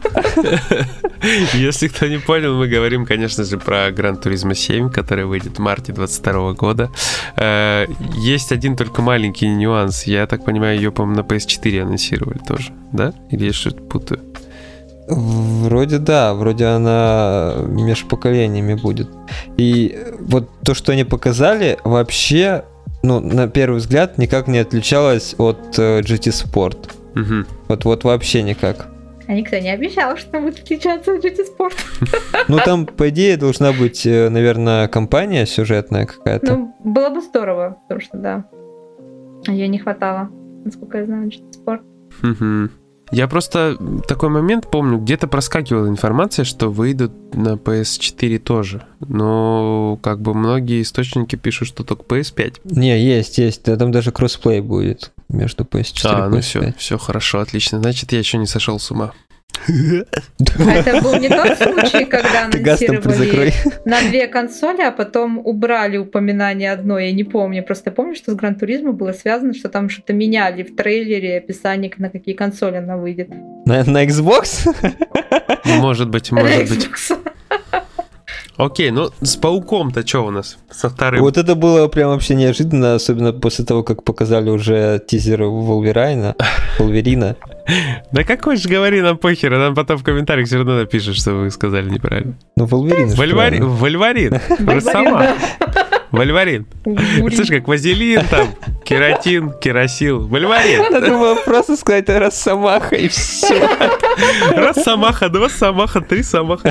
[SPEAKER 1] Если кто не понял, мы говорим, конечно же, про Gran Turismo семь, который выйдет в марте двадцать второго года. Есть один только маленький нюанс. Я так понимаю, ее, по-моему, на пи эс четыре анонсировали тоже, да? Или я что-то путаю?
[SPEAKER 2] Вроде да, вроде она межпоколениями будет. И вот то, что они показали, вообще... ну, на первый взгляд, никак не отличалась от э, джи ти Sport.
[SPEAKER 1] Угу.
[SPEAKER 2] Вот, вот вообще никак.
[SPEAKER 3] А никто не обещал, что будет отличаться от джи ти Sport.
[SPEAKER 2] Ну, там, по идее, должна быть, наверное, компания сюжетная какая-то.
[SPEAKER 3] Ну, было бы здорово, потому что, да, ее не хватало, насколько я знаю, джи ти Sport.
[SPEAKER 1] Угу. Я просто такой момент помню, где-то проскакивала информация, что выйдут на пи эс четыре тоже. Но как бы многие источники пишут, что только пи эс пять.
[SPEAKER 2] Не, есть, есть. Там даже кроссплей будет между пи эс четыре
[SPEAKER 1] а,
[SPEAKER 2] и
[SPEAKER 1] ну
[SPEAKER 2] пи эс пять.
[SPEAKER 1] все, все хорошо, отлично. Значит, я еще не сошел с ума.
[SPEAKER 3] А это был не тот случай, когда анонсировали на две консоли, а потом убрали упоминание одной, я не помню. Просто помню, что с Гран Туризмо было связано, что там что-то меняли в трейлере, описание, на какие консоли она выйдет.
[SPEAKER 2] На, на Xbox?
[SPEAKER 1] Может быть, может быть. Окей, ну с Пауком-то что у нас? Со вторым?
[SPEAKER 2] Вот это было прям вообще неожиданно, особенно после того, как показали уже тизер Волверайна, Волверина.
[SPEAKER 1] Да какой же, говори нам похер, а нам потом в комментариях все равно напишут, что вы сказали неправильно.
[SPEAKER 2] Ну, Волверин же
[SPEAKER 1] Вольварин, Вольварин, Росомаха. Вольварин. Слышишь, как вазелин там, кератин, керосил. Вольварин.
[SPEAKER 2] Надо было просто сказать Росомаха и все.
[SPEAKER 1] Росомаха, два Самаха, три Самаха.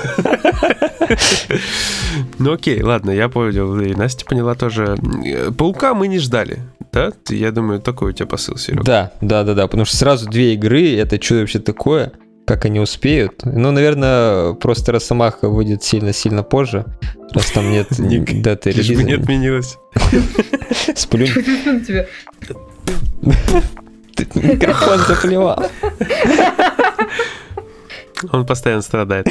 [SPEAKER 1] Ну окей, ладно, я понял, и Настя поняла тоже. Паука мы не ждали, да? Я думаю, такой у тебя посыл, Серега.
[SPEAKER 2] Да, да, да, да, потому что сразу две игры, это что вообще такое? Как они успеют? Ну, наверное, просто Росомаха выйдет сильно-сильно позже, раз там нет даты релиза.
[SPEAKER 1] Лишь бы не отменилось.
[SPEAKER 2] Сплюнь. Ты микрофон заплевал.
[SPEAKER 1] Он постоянно страдает.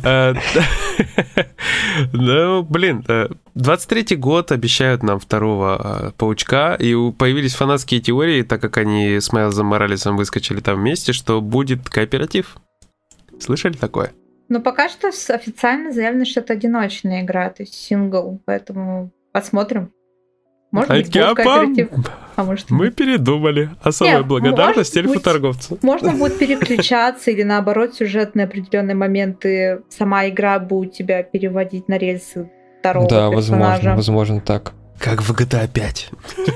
[SPEAKER 1] Ну, блин, двадцать третий год обещают нам второго Паучка, и появились фанатские теории, так как они с Майлзом Моралесом выскочили там вместе, что будет кооператив. Слышали такое?
[SPEAKER 3] Ну, пока что официально заявлено, что это одиночная игра, то есть сингл, поэтому посмотрим. Может быть, будет кооператив. А может,
[SPEAKER 1] Мы передумали. Особая
[SPEAKER 3] Нет,
[SPEAKER 1] благодарность
[SPEAKER 3] может быть,
[SPEAKER 1] эльфу-торговцу.
[SPEAKER 3] можно будет переключаться или наоборот сюжетные определенные моменты сама игра будет тебя переводить на рельсы второго
[SPEAKER 2] Да,
[SPEAKER 3] персонажа.
[SPEAKER 2] возможно, возможно так.
[SPEAKER 1] Как в джи ти эй пять.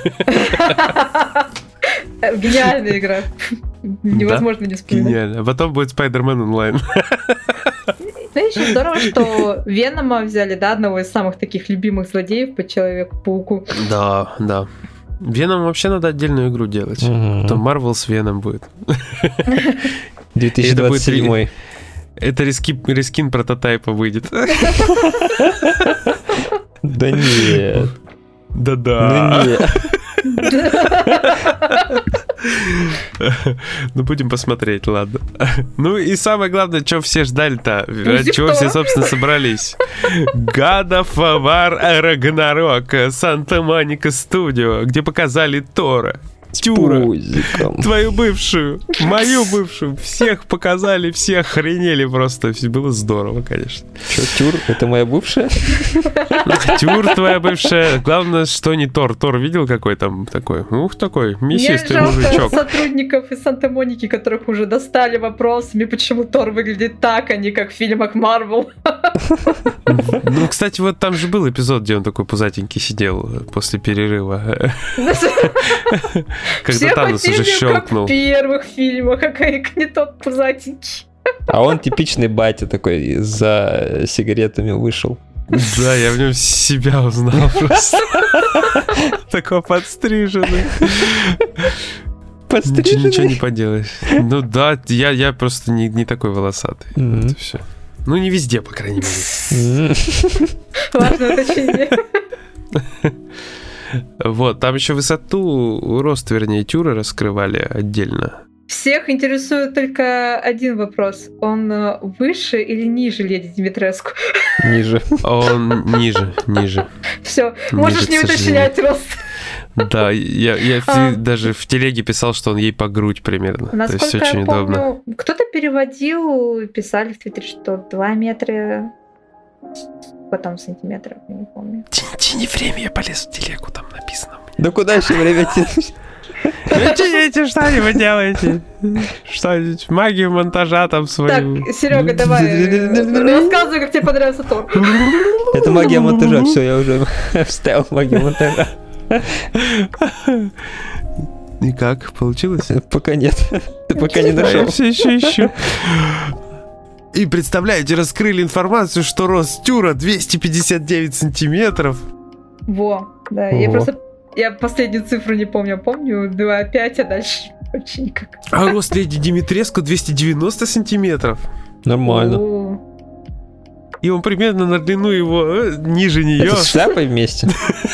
[SPEAKER 3] Гениальная игра. Невозможно не вспоминать.
[SPEAKER 1] Гениально. А потом будет Spider-Man онлайн.
[SPEAKER 3] Ну, еще здорово, что Венома взяли, да, одного из самых таких любимых злодеев по Человеку-пауку.
[SPEAKER 1] Да, да. Веном вообще надо отдельную игру делать.
[SPEAKER 2] Мгм.
[SPEAKER 1] Потом Marvel с Веном будет.
[SPEAKER 2] две тысячи двадцать седьмой.
[SPEAKER 1] Это рески, рескин прототайпа выйдет.
[SPEAKER 2] Да нет.
[SPEAKER 1] Да-да.
[SPEAKER 2] Ну нет.
[SPEAKER 1] Ну, будем посмотреть, ладно. Ну и самое главное, что все ждали-то,
[SPEAKER 3] Ну,
[SPEAKER 1] от чего
[SPEAKER 3] что?
[SPEAKER 1] все, собственно, собрались. God of War Ragnarok, Santa Monica Studio, где показали Тора, Тюра,
[SPEAKER 2] Пузиком.
[SPEAKER 1] твою бывшую, мою бывшую. Всех показали, все охренели просто. Было здорово, конечно.
[SPEAKER 2] Чё, Тюр? Это моя бывшая?
[SPEAKER 1] Тюр твоя бывшая. Главное, что не Тор. Тор видел, какой там такой? Ух, такой
[SPEAKER 3] Мне
[SPEAKER 1] мясистый
[SPEAKER 3] жалко
[SPEAKER 1] мужичок.
[SPEAKER 3] сотрудников из Санта-Моники, которых уже достали вопросами, почему Тор выглядит так, а не как в фильмах Марвел.
[SPEAKER 1] Ну, кстати, вот там же был эпизод, где он такой пузатенький сидел после перерыва. Когда
[SPEAKER 3] Все
[SPEAKER 1] Танос уже
[SPEAKER 3] хотели, как
[SPEAKER 1] щелкнул.
[SPEAKER 3] в первых фильмах, а как не тот пузатенький.
[SPEAKER 2] А он типичный батя такой, за сигаретами вышел.
[SPEAKER 1] Да, я в нем себя узнал просто. Такой подстриженный. Ничего,
[SPEAKER 2] Подстриженный.
[SPEAKER 1] ничего не поделаешь. Ну да, я, я просто не, не такой волосатый.
[SPEAKER 2] Мгм.
[SPEAKER 1] Вот и всё. Ну, не везде, по крайней мере.
[SPEAKER 2] М.
[SPEAKER 3] Важное уточнение.
[SPEAKER 1] Вот, там еще высоту, рост, вернее, Тюра раскрывали отдельно.
[SPEAKER 3] Всех интересует только один вопрос. Он э, выше или ниже леди Димитреску?
[SPEAKER 2] Ниже.
[SPEAKER 1] Он ниже, ниже.
[SPEAKER 3] Все,
[SPEAKER 1] Ниже,
[SPEAKER 3] можешь
[SPEAKER 1] к
[SPEAKER 3] не
[SPEAKER 1] сожалению.
[SPEAKER 3] уточнять рост.
[SPEAKER 1] Да, я, я
[SPEAKER 3] А.
[SPEAKER 1] в- даже в телеге писал, что он ей по грудь примерно. То есть
[SPEAKER 3] Насколько
[SPEAKER 1] очень
[SPEAKER 3] я
[SPEAKER 1] удобно.
[SPEAKER 3] помню, кто-то переводил, писали в Твиттере, что два метра, сколько там сантиметров, я не помню.
[SPEAKER 1] Тяни, тяни время, я полез в телегу, там написано.
[SPEAKER 2] Да куда еще время тянуть?
[SPEAKER 1] Ну, тяните, что-нибудь делаете. Что-нибудь, магию монтажа там
[SPEAKER 3] Так,
[SPEAKER 1] свою.
[SPEAKER 3] Серега, давай, э, рассказывай, как тебе понравился Тор.
[SPEAKER 2] Это магия монтажа. Все, я уже вставил магию монтажа.
[SPEAKER 1] И как, получилось?
[SPEAKER 2] Пока нет. Ты пока не
[SPEAKER 1] Да,
[SPEAKER 2] нашел.
[SPEAKER 1] я все еще ищу. И представляете, раскрыли информацию, что рост Тюра двести пятьдесят девять сантиметров.
[SPEAKER 3] Во, да, я
[SPEAKER 2] Ого.
[SPEAKER 3] просто, я последнюю цифру не помню, помню два пять, а дальше вообще никак.
[SPEAKER 1] А рост леди Димитреску двести девяносто сантиметров.
[SPEAKER 2] Нормально.
[SPEAKER 3] О,
[SPEAKER 1] И он примерно на длину его э, ниже нее.
[SPEAKER 2] Это с шляпой вместе?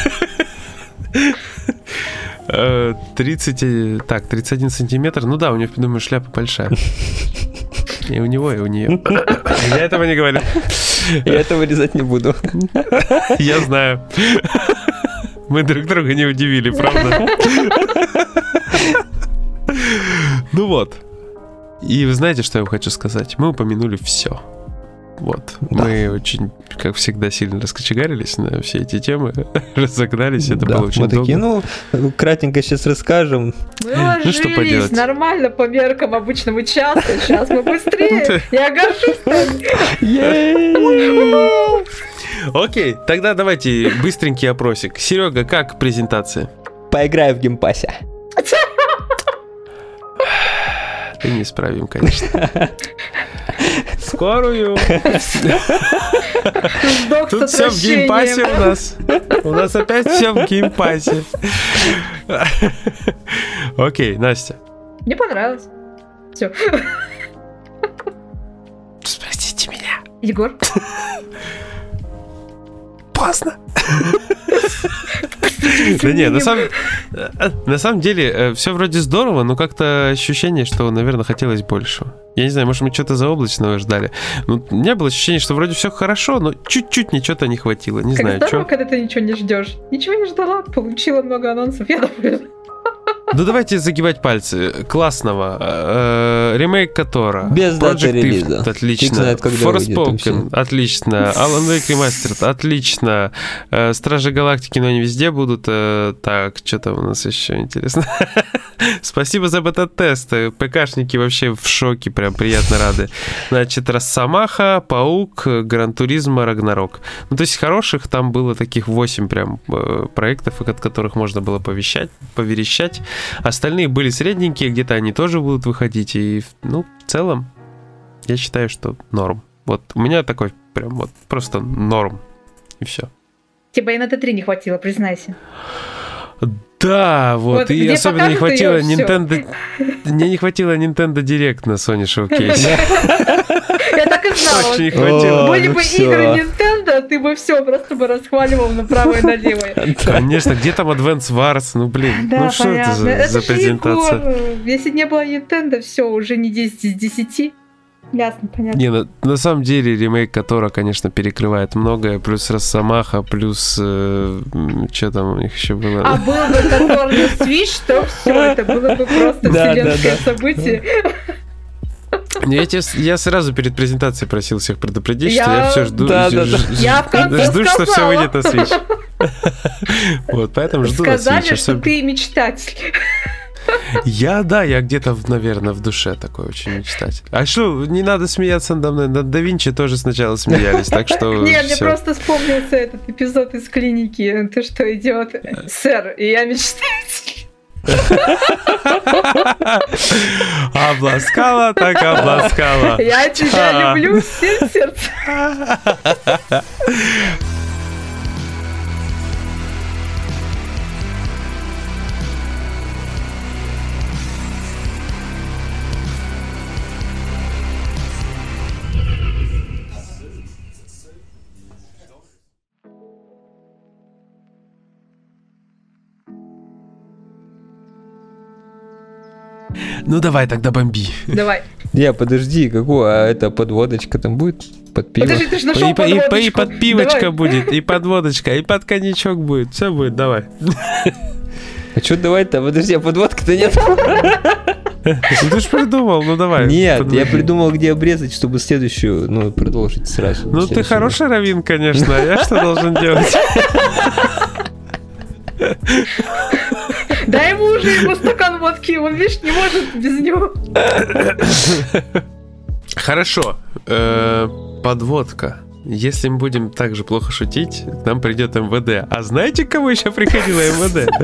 [SPEAKER 1] Э, тридцать, э, так, тридцать один сантиметр. Ну да, у него, думаю, шляпа большая. И у него, и у нее. Я этого не говорю.
[SPEAKER 2] Я это вырезать не буду.
[SPEAKER 1] Я знаю. Мы друг друга не удивили, правда? Ну вот. И вы знаете, что я вам хочу сказать? Мы упомянули все. Вот.
[SPEAKER 2] Да.
[SPEAKER 1] Мы очень, как всегда, сильно раскочегарились на все эти темы, разогнались, это
[SPEAKER 2] Да,
[SPEAKER 1] было очень
[SPEAKER 2] мы такие,
[SPEAKER 1] долго.
[SPEAKER 2] ну, кратенько сейчас расскажем.
[SPEAKER 3] Мы
[SPEAKER 1] Ну, что
[SPEAKER 3] уложились
[SPEAKER 1] поделать?
[SPEAKER 3] нормально по меркам обычного часа, сейчас мы быстрее. Я горжусь нами.
[SPEAKER 1] Окей, тогда давайте быстренький опросик. Серега, как презентация?
[SPEAKER 2] Поиграю в геймпассе.
[SPEAKER 1] Ты неисправим, конечно. Скорую.
[SPEAKER 3] Сдох с
[SPEAKER 1] Тут все в геймпассе у
[SPEAKER 3] отвращением.
[SPEAKER 1] нас. У нас опять все в геймпассе. Окей, Настя.
[SPEAKER 3] Мне понравилось. Все.
[SPEAKER 1] Спросите меня.
[SPEAKER 3] Егор?
[SPEAKER 1] Поздно. Да не, на самом, на самом деле все вроде здорово, но как-то ощущение, что, наверное, хотелось большего. Я не знаю, может, мы что-то заоблачного ждали. Ну, у меня было ощущение, что вроде все хорошо, но чуть-чуть ничего-то не хватило. Не
[SPEAKER 3] Как
[SPEAKER 1] знаю,
[SPEAKER 3] здорово,
[SPEAKER 1] что.
[SPEAKER 3] когда ты ничего не ждешь. Ничего не ждала, получила много анонсов, я довольна.
[SPEAKER 1] Ну давайте загибать пальцы. Классного. Э, ремейк Котора.
[SPEAKER 2] Без даты релиза.
[SPEAKER 1] Отлично.
[SPEAKER 2] Фиг знает, когда выйдет,
[SPEAKER 1] Forspoken. Отлично. Alan Wake Remastered. Отлично. Э, Стражи Галактики, но они везде будут. Э, так, что там у нас еще интересно? Спасибо за бета-тесты. ПКшники вообще в шоке, прям приятно рады. Значит, Росомаха, Паук, Гран-туризмо, Рагнарок. Ну, то есть хороших там было таких восемь прям э, проектов, от которых можно было повещать, поверещать. Остальные были средненькие, где-то они тоже будут выходить. И, ну, в целом, я считаю, что норм. Вот у меня такой прям вот просто норм. И все.
[SPEAKER 3] Тебе и на Т три не хватило, признайся.
[SPEAKER 1] Да, вот,
[SPEAKER 3] вот
[SPEAKER 1] и особенно не хватило
[SPEAKER 3] её,
[SPEAKER 1] Nintendo... Мне не хватило Nintendo Direct на Sony Showcase.
[SPEAKER 3] Я так и знала.
[SPEAKER 1] Очень не хватило.
[SPEAKER 3] Были бы игры Nintendo, ты бы все просто бы расхваливал направо и налево.
[SPEAKER 1] Конечно, где там Advance Wars? Ну, блин, ну что это за презентация?
[SPEAKER 3] Если не было Nintendo, все, уже не десять из десяти. Ясно, понятно.
[SPEAKER 1] Не, на, на самом деле ремейк Котора, конечно, перекрывает многое, плюс Росомаха, плюс э, что там у них еще было?
[SPEAKER 3] А был бы Котор на Switch, то все, это было бы просто вселенское событие.
[SPEAKER 1] Я, тебе, я сразу перед презентацией просил всех предупредить, я... что я все жду,
[SPEAKER 2] да,
[SPEAKER 1] ж,
[SPEAKER 2] да, да.
[SPEAKER 1] Ж,
[SPEAKER 3] я в
[SPEAKER 1] жду, что все выйдет на Switch. Вот, поэтому жду на Switch.
[SPEAKER 3] Сказали, что ты мечтатель.
[SPEAKER 1] Я, да, я где-то, наверное, в душе такой очень мечтатель. А что, не надо смеяться надо мной, над Да Винчи тоже сначала смеялись, так что...
[SPEAKER 3] Нет, мне просто вспомнился этот эпизод из клиники, то, что идет, сэр, и я мечтатель.
[SPEAKER 1] Обласкала, так обласкала.
[SPEAKER 3] Я тебя люблю всем сердцем.
[SPEAKER 1] Ну давай тогда бомби.
[SPEAKER 3] Давай.
[SPEAKER 2] Не, подожди, какую, а это подводочка там будет? Под пиво?
[SPEAKER 3] Подожди, ты же нашел
[SPEAKER 1] и,
[SPEAKER 3] подводочку.
[SPEAKER 1] И, и под пивочка
[SPEAKER 3] давай.
[SPEAKER 1] Будет, и подводочка, и под коньячок будет. Все будет, давай.
[SPEAKER 2] А что давай-то? Подожди, а подводка-то нет?
[SPEAKER 1] Ты ж придумал, ну давай.
[SPEAKER 2] Нет,
[SPEAKER 1] подводи.
[SPEAKER 2] Я придумал, где обрезать, чтобы следующую, ну, продолжить сразу.
[SPEAKER 1] Ну ты хороший раввин, конечно, а я что должен делать?
[SPEAKER 3] Дай ему уже ему стакан водки, он, видишь, не может без него.
[SPEAKER 1] Хорошо. Подводка. Если мы будем так же плохо шутить, к нам придет эм вэ дэ. А знаете, к кому еще приходило эм вэ дэ?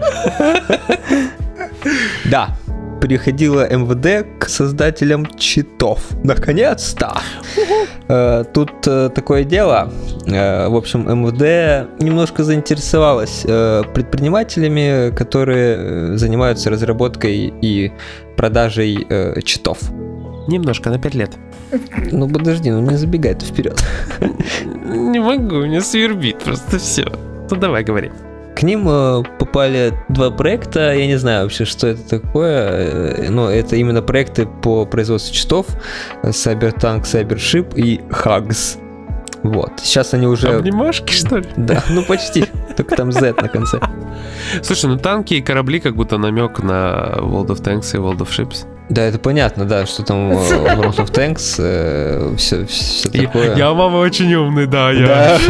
[SPEAKER 2] Да. Приходила эм вэ дэ к создателям читов. Наконец-то! Uh-huh. Тут uh, такое дело. Uh, в общем, эм вэ дэ немножко заинтересовалась uh, предпринимателями, которые занимаются разработкой и продажей uh, читов.
[SPEAKER 1] Немножко, на пять лет.
[SPEAKER 2] Ну подожди, ну не забегай ты вперед.
[SPEAKER 1] Не могу, меня свербит просто все. Ну давай, говори.
[SPEAKER 2] К ним э, попали два проекта, я не знаю вообще, что это такое, но это именно проекты по производству читов, Cybertank, Cybership и Hugs. Вот, сейчас они уже...
[SPEAKER 1] Обнимашки, что ли?
[SPEAKER 2] Да, ну почти, только там Z на конце.
[SPEAKER 1] Слушай, ну танки и корабли как будто намек на World of Tanks и World of Ships.
[SPEAKER 2] Да, это понятно, да, что там в World of Tanks э, все, все такое.
[SPEAKER 1] Я, мама, очень умный, да, я...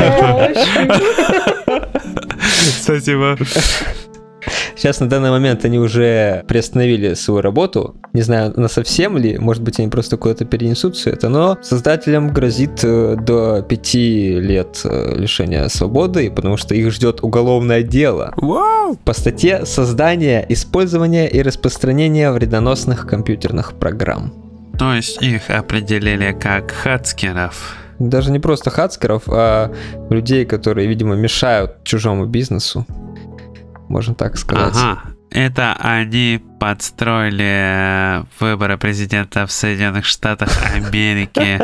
[SPEAKER 2] Да.
[SPEAKER 1] Спасибо.
[SPEAKER 2] Сейчас на данный момент они уже приостановили свою работу. Не знаю, на совсем ли, может быть, они просто куда-то перенесут все это, но создателям грозит до пяти лет лишения свободы, потому что их ждет уголовное дело.
[SPEAKER 1] Wow.
[SPEAKER 2] По статье «Создание, использование и распространение вредоносных компьютерных программ».
[SPEAKER 1] То есть их определили как хацкеров.
[SPEAKER 2] Даже не просто хацкеров, а людей, которые, видимо, мешают чужому бизнесу. Можно так сказать.
[SPEAKER 4] Ага, это они подстроили выборы президента в Соединенных Штатах Америки.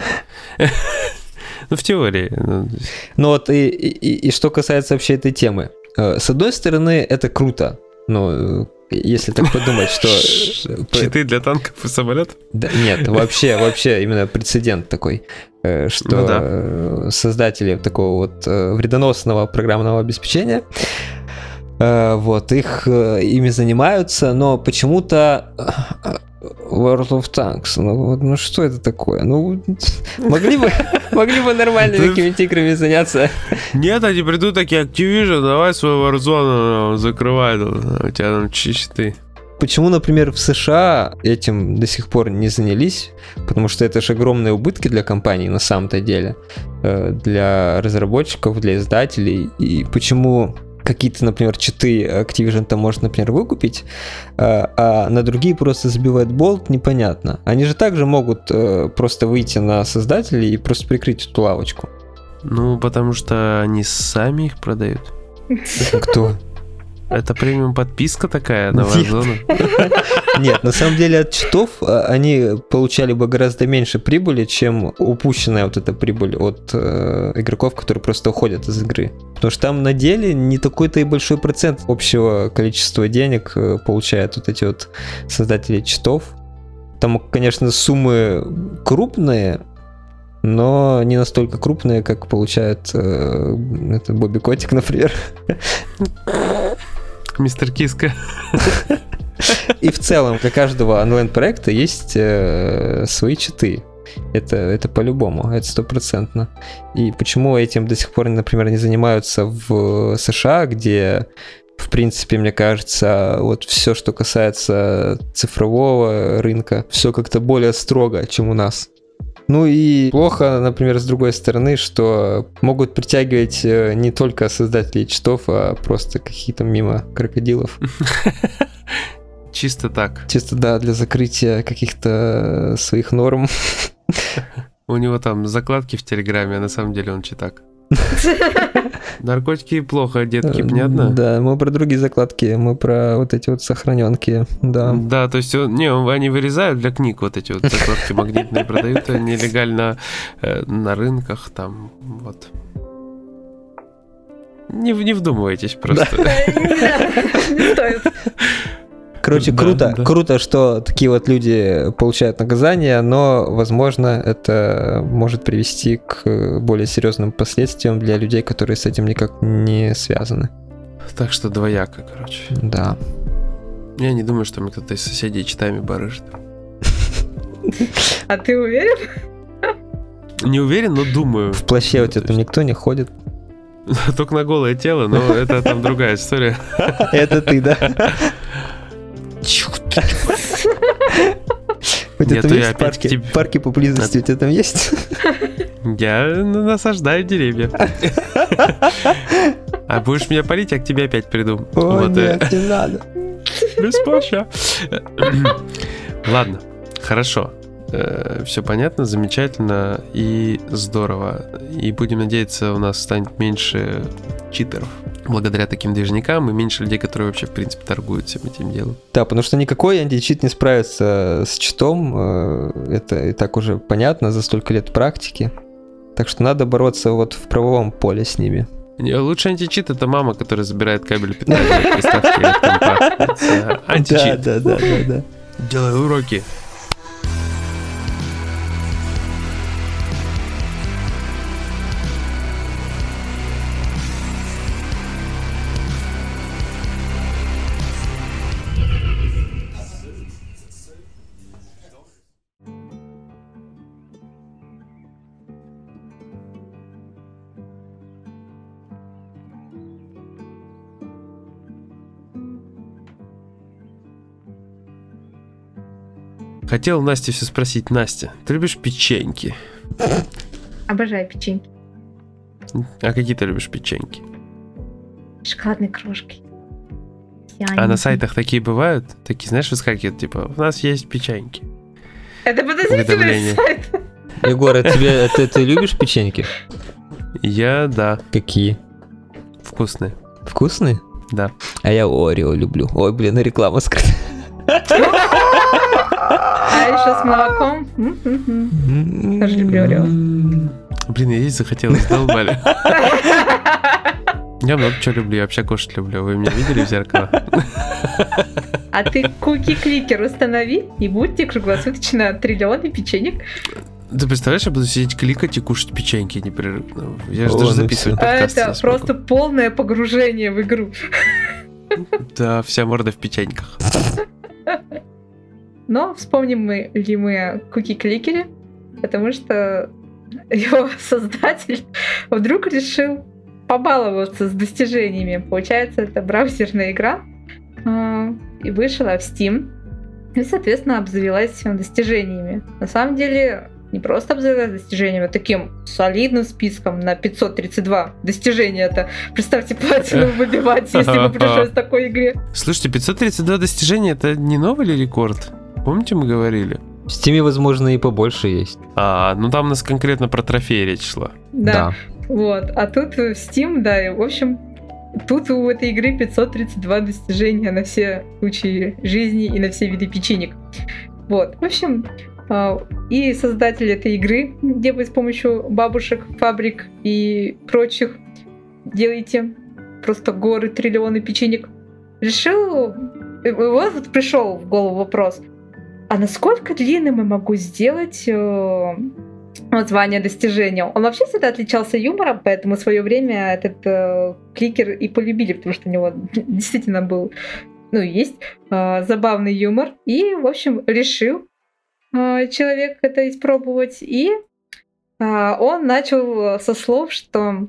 [SPEAKER 1] Ну, в теории.
[SPEAKER 2] Ну вот, и, и, и что касается вообще этой темы. С одной стороны, это круто. Ну, если так подумать, что...
[SPEAKER 1] Читы для танков и самолетов?
[SPEAKER 2] Да, нет, вообще, вообще именно прецедент такой, что ну, да. создатели такого вот вредоносного программного обеспечения Вот, их ими занимаются, но почему-то World of Tanks, ну вот, ну что это такое? Ну, могли бы, могли бы нормальными какими-то играми заняться.
[SPEAKER 1] Нет, они придут такие, Activision, давай свою Warzone закрывай, у тебя там чисты.
[SPEAKER 2] Почему, например, в США этим до сих пор не занялись? Потому что это же огромные убытки для компаний на самом-то деле, для разработчиков, для издателей. И почему какие-то, например, читы Activision-то может, например, выкупить, а на другие просто забивает болт, непонятно. Они же также могут просто выйти на создателей и просто прикрыть эту лавочку.
[SPEAKER 1] Ну, потому что они сами их продают.
[SPEAKER 2] Кто?
[SPEAKER 1] Это премиум подписка такая на Warzone?
[SPEAKER 2] Нет, на самом деле от читов они получали бы гораздо меньше прибыли, чем упущенная вот эта прибыль от э, игроков, которые просто уходят из игры. Потому что там на деле не такой-то и большой процент общего количества денег получают вот эти вот создатели читов. Там, конечно, суммы крупные, но не настолько крупные, как получает э, это Бобби Котик, например.
[SPEAKER 1] Мистер Киска.
[SPEAKER 2] И в целом для каждого онлайн-проекта есть э, свои читы. Это, это по-любому, это стопроцентно. И почему этим до сих пор, например, не занимаются в США, где, в принципе, мне кажется, вот все, что касается цифрового рынка, все как-то более строго, чем у нас. Ну и плохо, например, с другой стороны, что могут притягивать не только создателей читов, а просто какие-то мимо крокодилов.
[SPEAKER 1] Чисто так.
[SPEAKER 2] Чисто, да, для закрытия каких-то своих норм.
[SPEAKER 1] У него там закладки в Телеграме, а на самом деле он читак. Наркотики плохо, детки, понятно?
[SPEAKER 2] Да, мы про другие закладки, мы про вот эти вот сохраненки, да.
[SPEAKER 1] Да, то есть, не, они вырезают для книг вот эти вот закладки магнитные, продают нелегально э, на рынках, там, вот. Не, не вдумывайтесь просто.
[SPEAKER 3] Не стоит.
[SPEAKER 2] Короче,
[SPEAKER 1] Да,
[SPEAKER 2] круто,
[SPEAKER 1] да.
[SPEAKER 2] круто, что такие вот люди получают наказание, но, возможно, это может привести к более серьезным последствиям для людей, которые с этим никак не связаны.
[SPEAKER 1] Так что двояко, короче.
[SPEAKER 2] Да.
[SPEAKER 1] Я не думаю, что мне кто-то из соседей читами барыжит.
[SPEAKER 3] А ты уверен?
[SPEAKER 1] Не уверен, но думаю.
[SPEAKER 2] В плаще у тебя там никто не ходит.
[SPEAKER 1] Только на голое тело, но это там другая история.
[SPEAKER 2] Это ты, да? У тебя
[SPEAKER 1] Нет,
[SPEAKER 2] там
[SPEAKER 1] то я
[SPEAKER 2] есть
[SPEAKER 1] опять к
[SPEAKER 2] парки?
[SPEAKER 1] тебе.
[SPEAKER 2] Парки поблизости у тебя там есть?
[SPEAKER 1] Я насаждаю деревья. А будешь меня полить, я к тебе опять приду.
[SPEAKER 2] О,
[SPEAKER 1] Вот, э,
[SPEAKER 2] нет, не надо.
[SPEAKER 1] без плаща. Ладно, хорошо. Все понятно, замечательно и здорово. И будем надеяться, у нас станет меньше читеров благодаря таким движникам и меньше людей, которые вообще, в принципе, торгуют всем этим делом.
[SPEAKER 2] Да, потому что никакой античит не справится с читом. Это и так уже понятно за столько лет практики. Так что надо бороться вот в правовом поле с ними.
[SPEAKER 1] Не, лучше античит — это мама, которая забирает кабель питания от приставки от компа. Это античит.
[SPEAKER 2] Да, да, да, да, да.
[SPEAKER 1] Делай уроки. Хотел Насте все спросить. Настя, ты любишь печеньки?
[SPEAKER 3] Обожаю печеньки.
[SPEAKER 1] А какие ты любишь печеньки?
[SPEAKER 3] Шоколадные крошки.
[SPEAKER 1] А на сайтах такие бывают? Такие, знаешь, выскакивают, типа, у нас есть печеньки.
[SPEAKER 3] Это подозрительный
[SPEAKER 1] Уведомление.
[SPEAKER 3] сайт.
[SPEAKER 2] Егор, а тебе, ты, ты любишь печеньки?
[SPEAKER 1] Я, да,
[SPEAKER 2] Какие?
[SPEAKER 1] вкусные.
[SPEAKER 2] Вкусные?
[SPEAKER 1] Да.
[SPEAKER 2] А я Орео люблю. Ой, блин, реклама скрыта.
[SPEAKER 3] А еще с молоком. М-м-м. Тоже люблю Орео.
[SPEAKER 1] Блин, я есть захотелось, долбали. Я много чего люблю, я вообще кушать люблю. Вы меня видели в зеркало?
[SPEAKER 3] А ты куки-кликер установи, и будьте круглосуточно триллионы печенек.
[SPEAKER 1] Ты представляешь, я буду сидеть кликать и кушать печеньки непрерывно. Я же
[SPEAKER 2] О,
[SPEAKER 1] даже
[SPEAKER 2] ну
[SPEAKER 1] записывать
[SPEAKER 3] А
[SPEAKER 1] подкасты
[SPEAKER 3] это
[SPEAKER 1] не смогу.
[SPEAKER 3] просто полное погружение в игру.
[SPEAKER 1] Да, вся морда в печеньках.
[SPEAKER 3] Но вспомним мы ли мы о куки-кликере, потому что его создатель вдруг решил побаловаться с достижениями. Получается, это браузерная игра, и вышла в Steam, и, соответственно, обзавелась достижениями. На самом деле, не просто обзавелась достижениями, а таким солидным списком на пятьсот тридцать два достижения. Это, представьте, платину выбивать, если бы пришлось в такой игре.
[SPEAKER 1] Слушайте, пятьсот тридцать два достижения — это не новый ли рекорд? Помните, мы говорили?
[SPEAKER 2] В Steam, возможно, и побольше есть.
[SPEAKER 1] А, ну там у нас конкретно про трофеи речь шла.
[SPEAKER 3] Да. да. Вот. А тут в Steam, да, и, в общем, тут у этой игры пятьсот тридцать два достижения на все случаи жизни и на все виды печенек. Вот. В общем, и создатель этой игры, где вы с помощью бабушек, фабрик и прочих делаете просто горы, триллионы печенек, решил... Вот, вот пришел в голову вопрос, а насколько длинным я могу сделать э, название достижения? Он вообще всегда отличался юмором, поэтому в свое время этот э, кликер и полюбили, потому что у него действительно был, ну, есть э, забавный юмор. И, в общем, решил э, человек это испробовать. И э, он начал со слов, что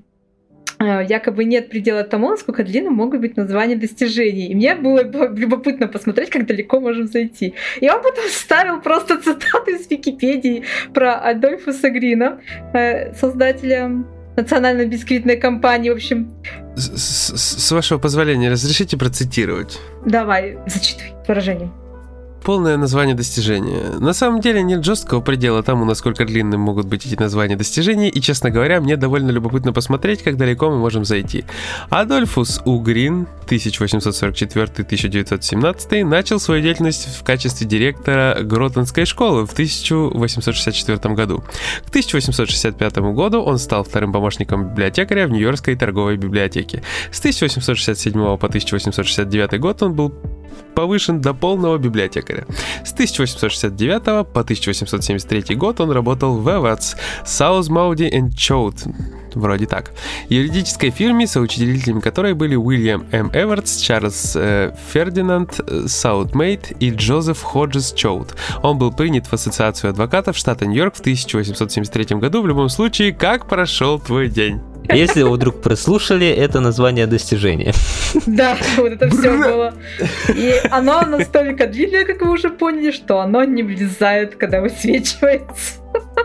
[SPEAKER 3] якобы нет предела тому, насколько длинным могут быть названия достижений. И мне было любопытно посмотреть, как далеко можем зайти. И он потом вставил просто цитату из Википедии про Адольфуса Грина, создателя национальной бисквитной компании, в общем.
[SPEAKER 1] С, с, с вашего позволения, разрешите процитировать?
[SPEAKER 3] Давай, зачитай выражение.
[SPEAKER 1] Полное название достижения. На самом деле нет жесткого предела тому, насколько длинным могут быть эти названия достижений, и, честно говоря, мне довольно любопытно посмотреть, как далеко мы можем зайти. Адольфус У. Грин, тысяча восемьсот сорок четвёртый — тысяча девятьсот семнадцатый, начал свою деятельность в качестве директора Гротонской школы в тысяча восемьсот шестьдесят четвёртом году. К тысяча восемьсот шестьдесят пятому году он стал вторым помощником библиотекаря в Нью-Йоркской торговой библиотеке. С тысяча восемьсот шестьдесят седьмого по тысяча восемьсот шестьдесят девятый год он был повышен до полного библиотекаря. С тысяча восемьсот шестьдесят девятого по тысяча восемьсот семьдесят третий год он работал в Эватс, South Moody and Choate, вроде так, юридической фирме, соучредителями которой были Уильям М. Эвертс, Чарльз э, Фердинанд Саутмейт и Джозеф Ходжес Чоут. Он был принят в Ассоциацию адвокатов штата Нью-Йорк в тысяча восемьсот семьдесят третьем году. В любом случае, как прошел твой день?
[SPEAKER 2] Если вы вдруг прослушали, это название достижения.
[SPEAKER 3] Да, вот это все было. И оно настолько длинное, как вы уже поняли, что оно не влезает, когда высвечивается.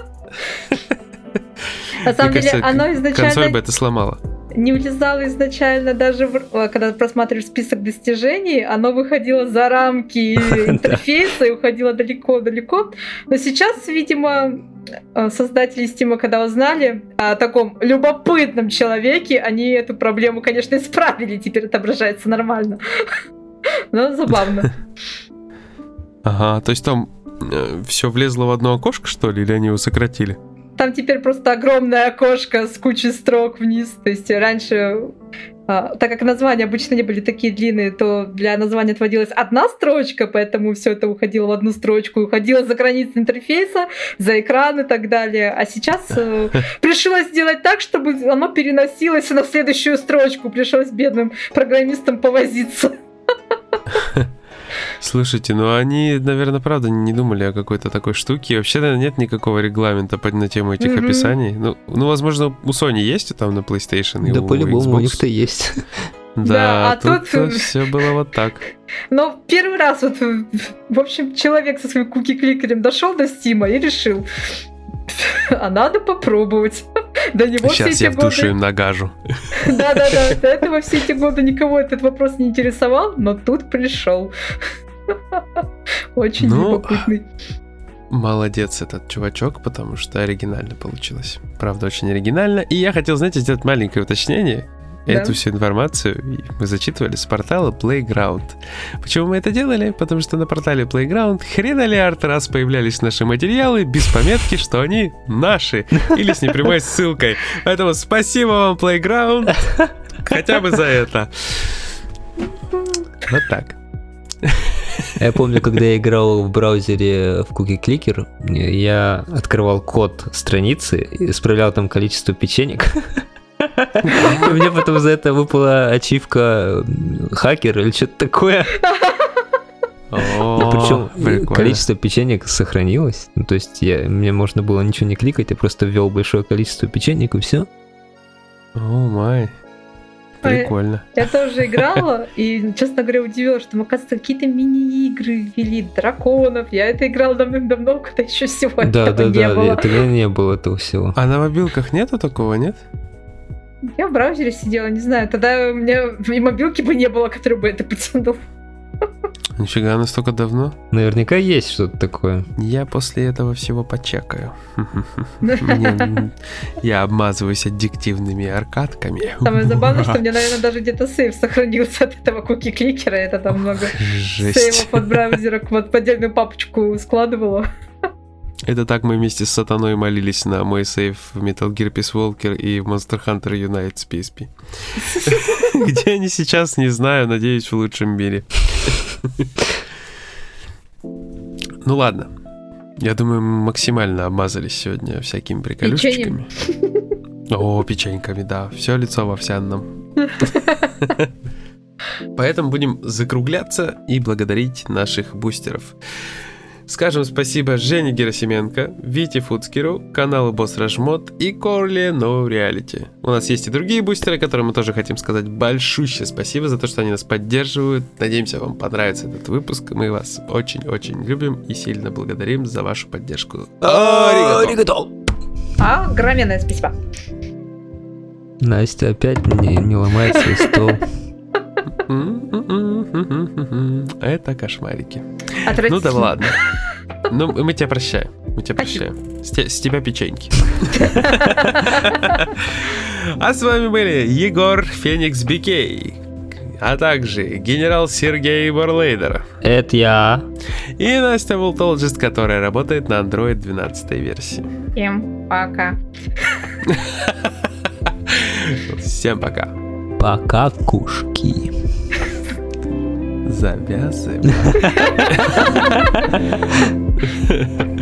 [SPEAKER 3] На самом деле, оно изначально...
[SPEAKER 1] Консоль бы это сломала.
[SPEAKER 3] Не влезало изначально даже, в, когда просматриваешь список достижений, оно выходило за рамки интерфейса и уходило далеко-далеко. Но сейчас, видимо, создатели Steam, когда узнали о таком любопытном человеке, они эту проблему, конечно, исправили, теперь отображается нормально. Но забавно.
[SPEAKER 1] Ага, то есть там все влезло в одно окошко, что ли, или они его сократили?
[SPEAKER 3] Там теперь просто огромное окошко с кучей строк вниз. То есть раньше, а, так как названия обычно не были такие длинные, то для названия отводилась одна строчка, поэтому все это уходило в одну строчку, уходило за границы интерфейса, за экран и так далее. А сейчас э, пришлось сделать так, чтобы оно переносилось на следующую строчку. Пришлось бедным программистам повозиться.
[SPEAKER 1] Слушайте, ну они, наверное, правда не думали о какой-то такой штуке. Вообще, наверное, нет никакого регламента на тему этих mm-hmm. описаний. Ну, ну, возможно, у Sony есть там на PlayStation.
[SPEAKER 2] Да,
[SPEAKER 1] и
[SPEAKER 2] по-любому, у них-то есть.
[SPEAKER 1] Да,
[SPEAKER 3] да, а
[SPEAKER 1] тут, тут все было вот так.
[SPEAKER 3] Но первый раз вот, в общем, человек со своим куки-кликером дошел до Стима и решил, а надо попробовать. До него
[SPEAKER 1] Сейчас
[SPEAKER 3] все
[SPEAKER 1] я
[SPEAKER 3] эти
[SPEAKER 1] в душу
[SPEAKER 3] годы...
[SPEAKER 1] им нагажу.
[SPEAKER 3] Да-да-да, до этого все эти годы никого этот вопрос не интересовал, но тут пришел. Очень
[SPEAKER 1] ну,
[SPEAKER 3] любопытный.
[SPEAKER 1] Молодец этот чувачок, потому что оригинально получилось. Правда, очень оригинально. И я хотел, знаете, сделать маленькое уточнение. Да. Эту всю информацию мы зачитывали с портала Playground. Почему мы это делали? Потому что на портале Playground хренолиард раз появлялись наши материалы без пометки, что они наши, или с непрямой ссылкой. Поэтому спасибо вам, Playground, хотя бы за это. Вот так.
[SPEAKER 2] Я помню, когда я играл в браузере в Cookie Clicker, я открывал код страницы и исправлял там количество печенек. И мне потом за это выпала ачивка хакер или что-то такое. Причем количество печенек сохранилось. Ну, то есть я, мне можно было ничего не кликать, я просто ввел большое количество печенек и все.
[SPEAKER 1] О май. Прикольно.
[SPEAKER 3] Я, я тоже играла, и, честно говоря, удивилась, что, оказывается, какие-то мини-игры ввели, драконов. Я это играла давным-давно, когда еще всего
[SPEAKER 2] да,
[SPEAKER 3] этого
[SPEAKER 2] да,
[SPEAKER 3] не
[SPEAKER 2] да,
[SPEAKER 3] было.
[SPEAKER 2] Да, тогда не было этого всего.
[SPEAKER 1] А на мобилках нету такого, нет?
[SPEAKER 3] Я в браузере сидела, не знаю, тогда у меня и мобилки бы не было, который бы это потянул.
[SPEAKER 1] Нифига, настолько давно?
[SPEAKER 2] Наверняка есть что-то такое.
[SPEAKER 1] Я после этого всего почекаю. Я обмазываюсь аддиктивными аркадками.
[SPEAKER 3] Самое забавное, что мне, наверное, даже где-то сейв сохранился от этого куки-кликера. Это там много сейвов от браузера в отдельную папочку складывала.
[SPEAKER 1] Это так мы вместе с сатаной молились на мой сейв в Metal Gear Peace Walker и в Monster Hunter Unite с пи эс пи. Где они сейчас, не знаю, надеюсь, в лучшем мире. Ну ладно. Я думаю, мы максимально обмазались сегодня всякими приколюшечками. О, печеньками, да. Все лицо в овсяном. Поэтому будем закругляться и благодарить наших бустеров. Скажем спасибо Жене Герасименко, Вите Фуцкеру, каналу Босс Рашмод и Корли No Reality. У нас есть и другие бустеры, которым мы тоже хотим сказать большущее спасибо за то, что они нас поддерживают. Надеемся, вам понравится этот выпуск. Мы вас очень-очень любим и сильно благодарим за вашу поддержку.
[SPEAKER 2] Аригато!
[SPEAKER 3] Огроменное спасибо.
[SPEAKER 2] Настя опять не, не ломает свой стол.
[SPEAKER 1] Это кошмарики.
[SPEAKER 3] Ну
[SPEAKER 1] да ладно. Ну, мы тебя прощаем. Мы тебя прощаем. С, те, с тебя печеньки. А с вами были Егор Феникс Бикей, а также генерал Сергей Борлейдер.
[SPEAKER 2] Это я.
[SPEAKER 1] И Настя Волтологист, которая работает на Android двенадцатой версии.
[SPEAKER 3] Всем пока.
[SPEAKER 1] Всем пока.
[SPEAKER 2] Пока, кушки.
[SPEAKER 1] Завязывай.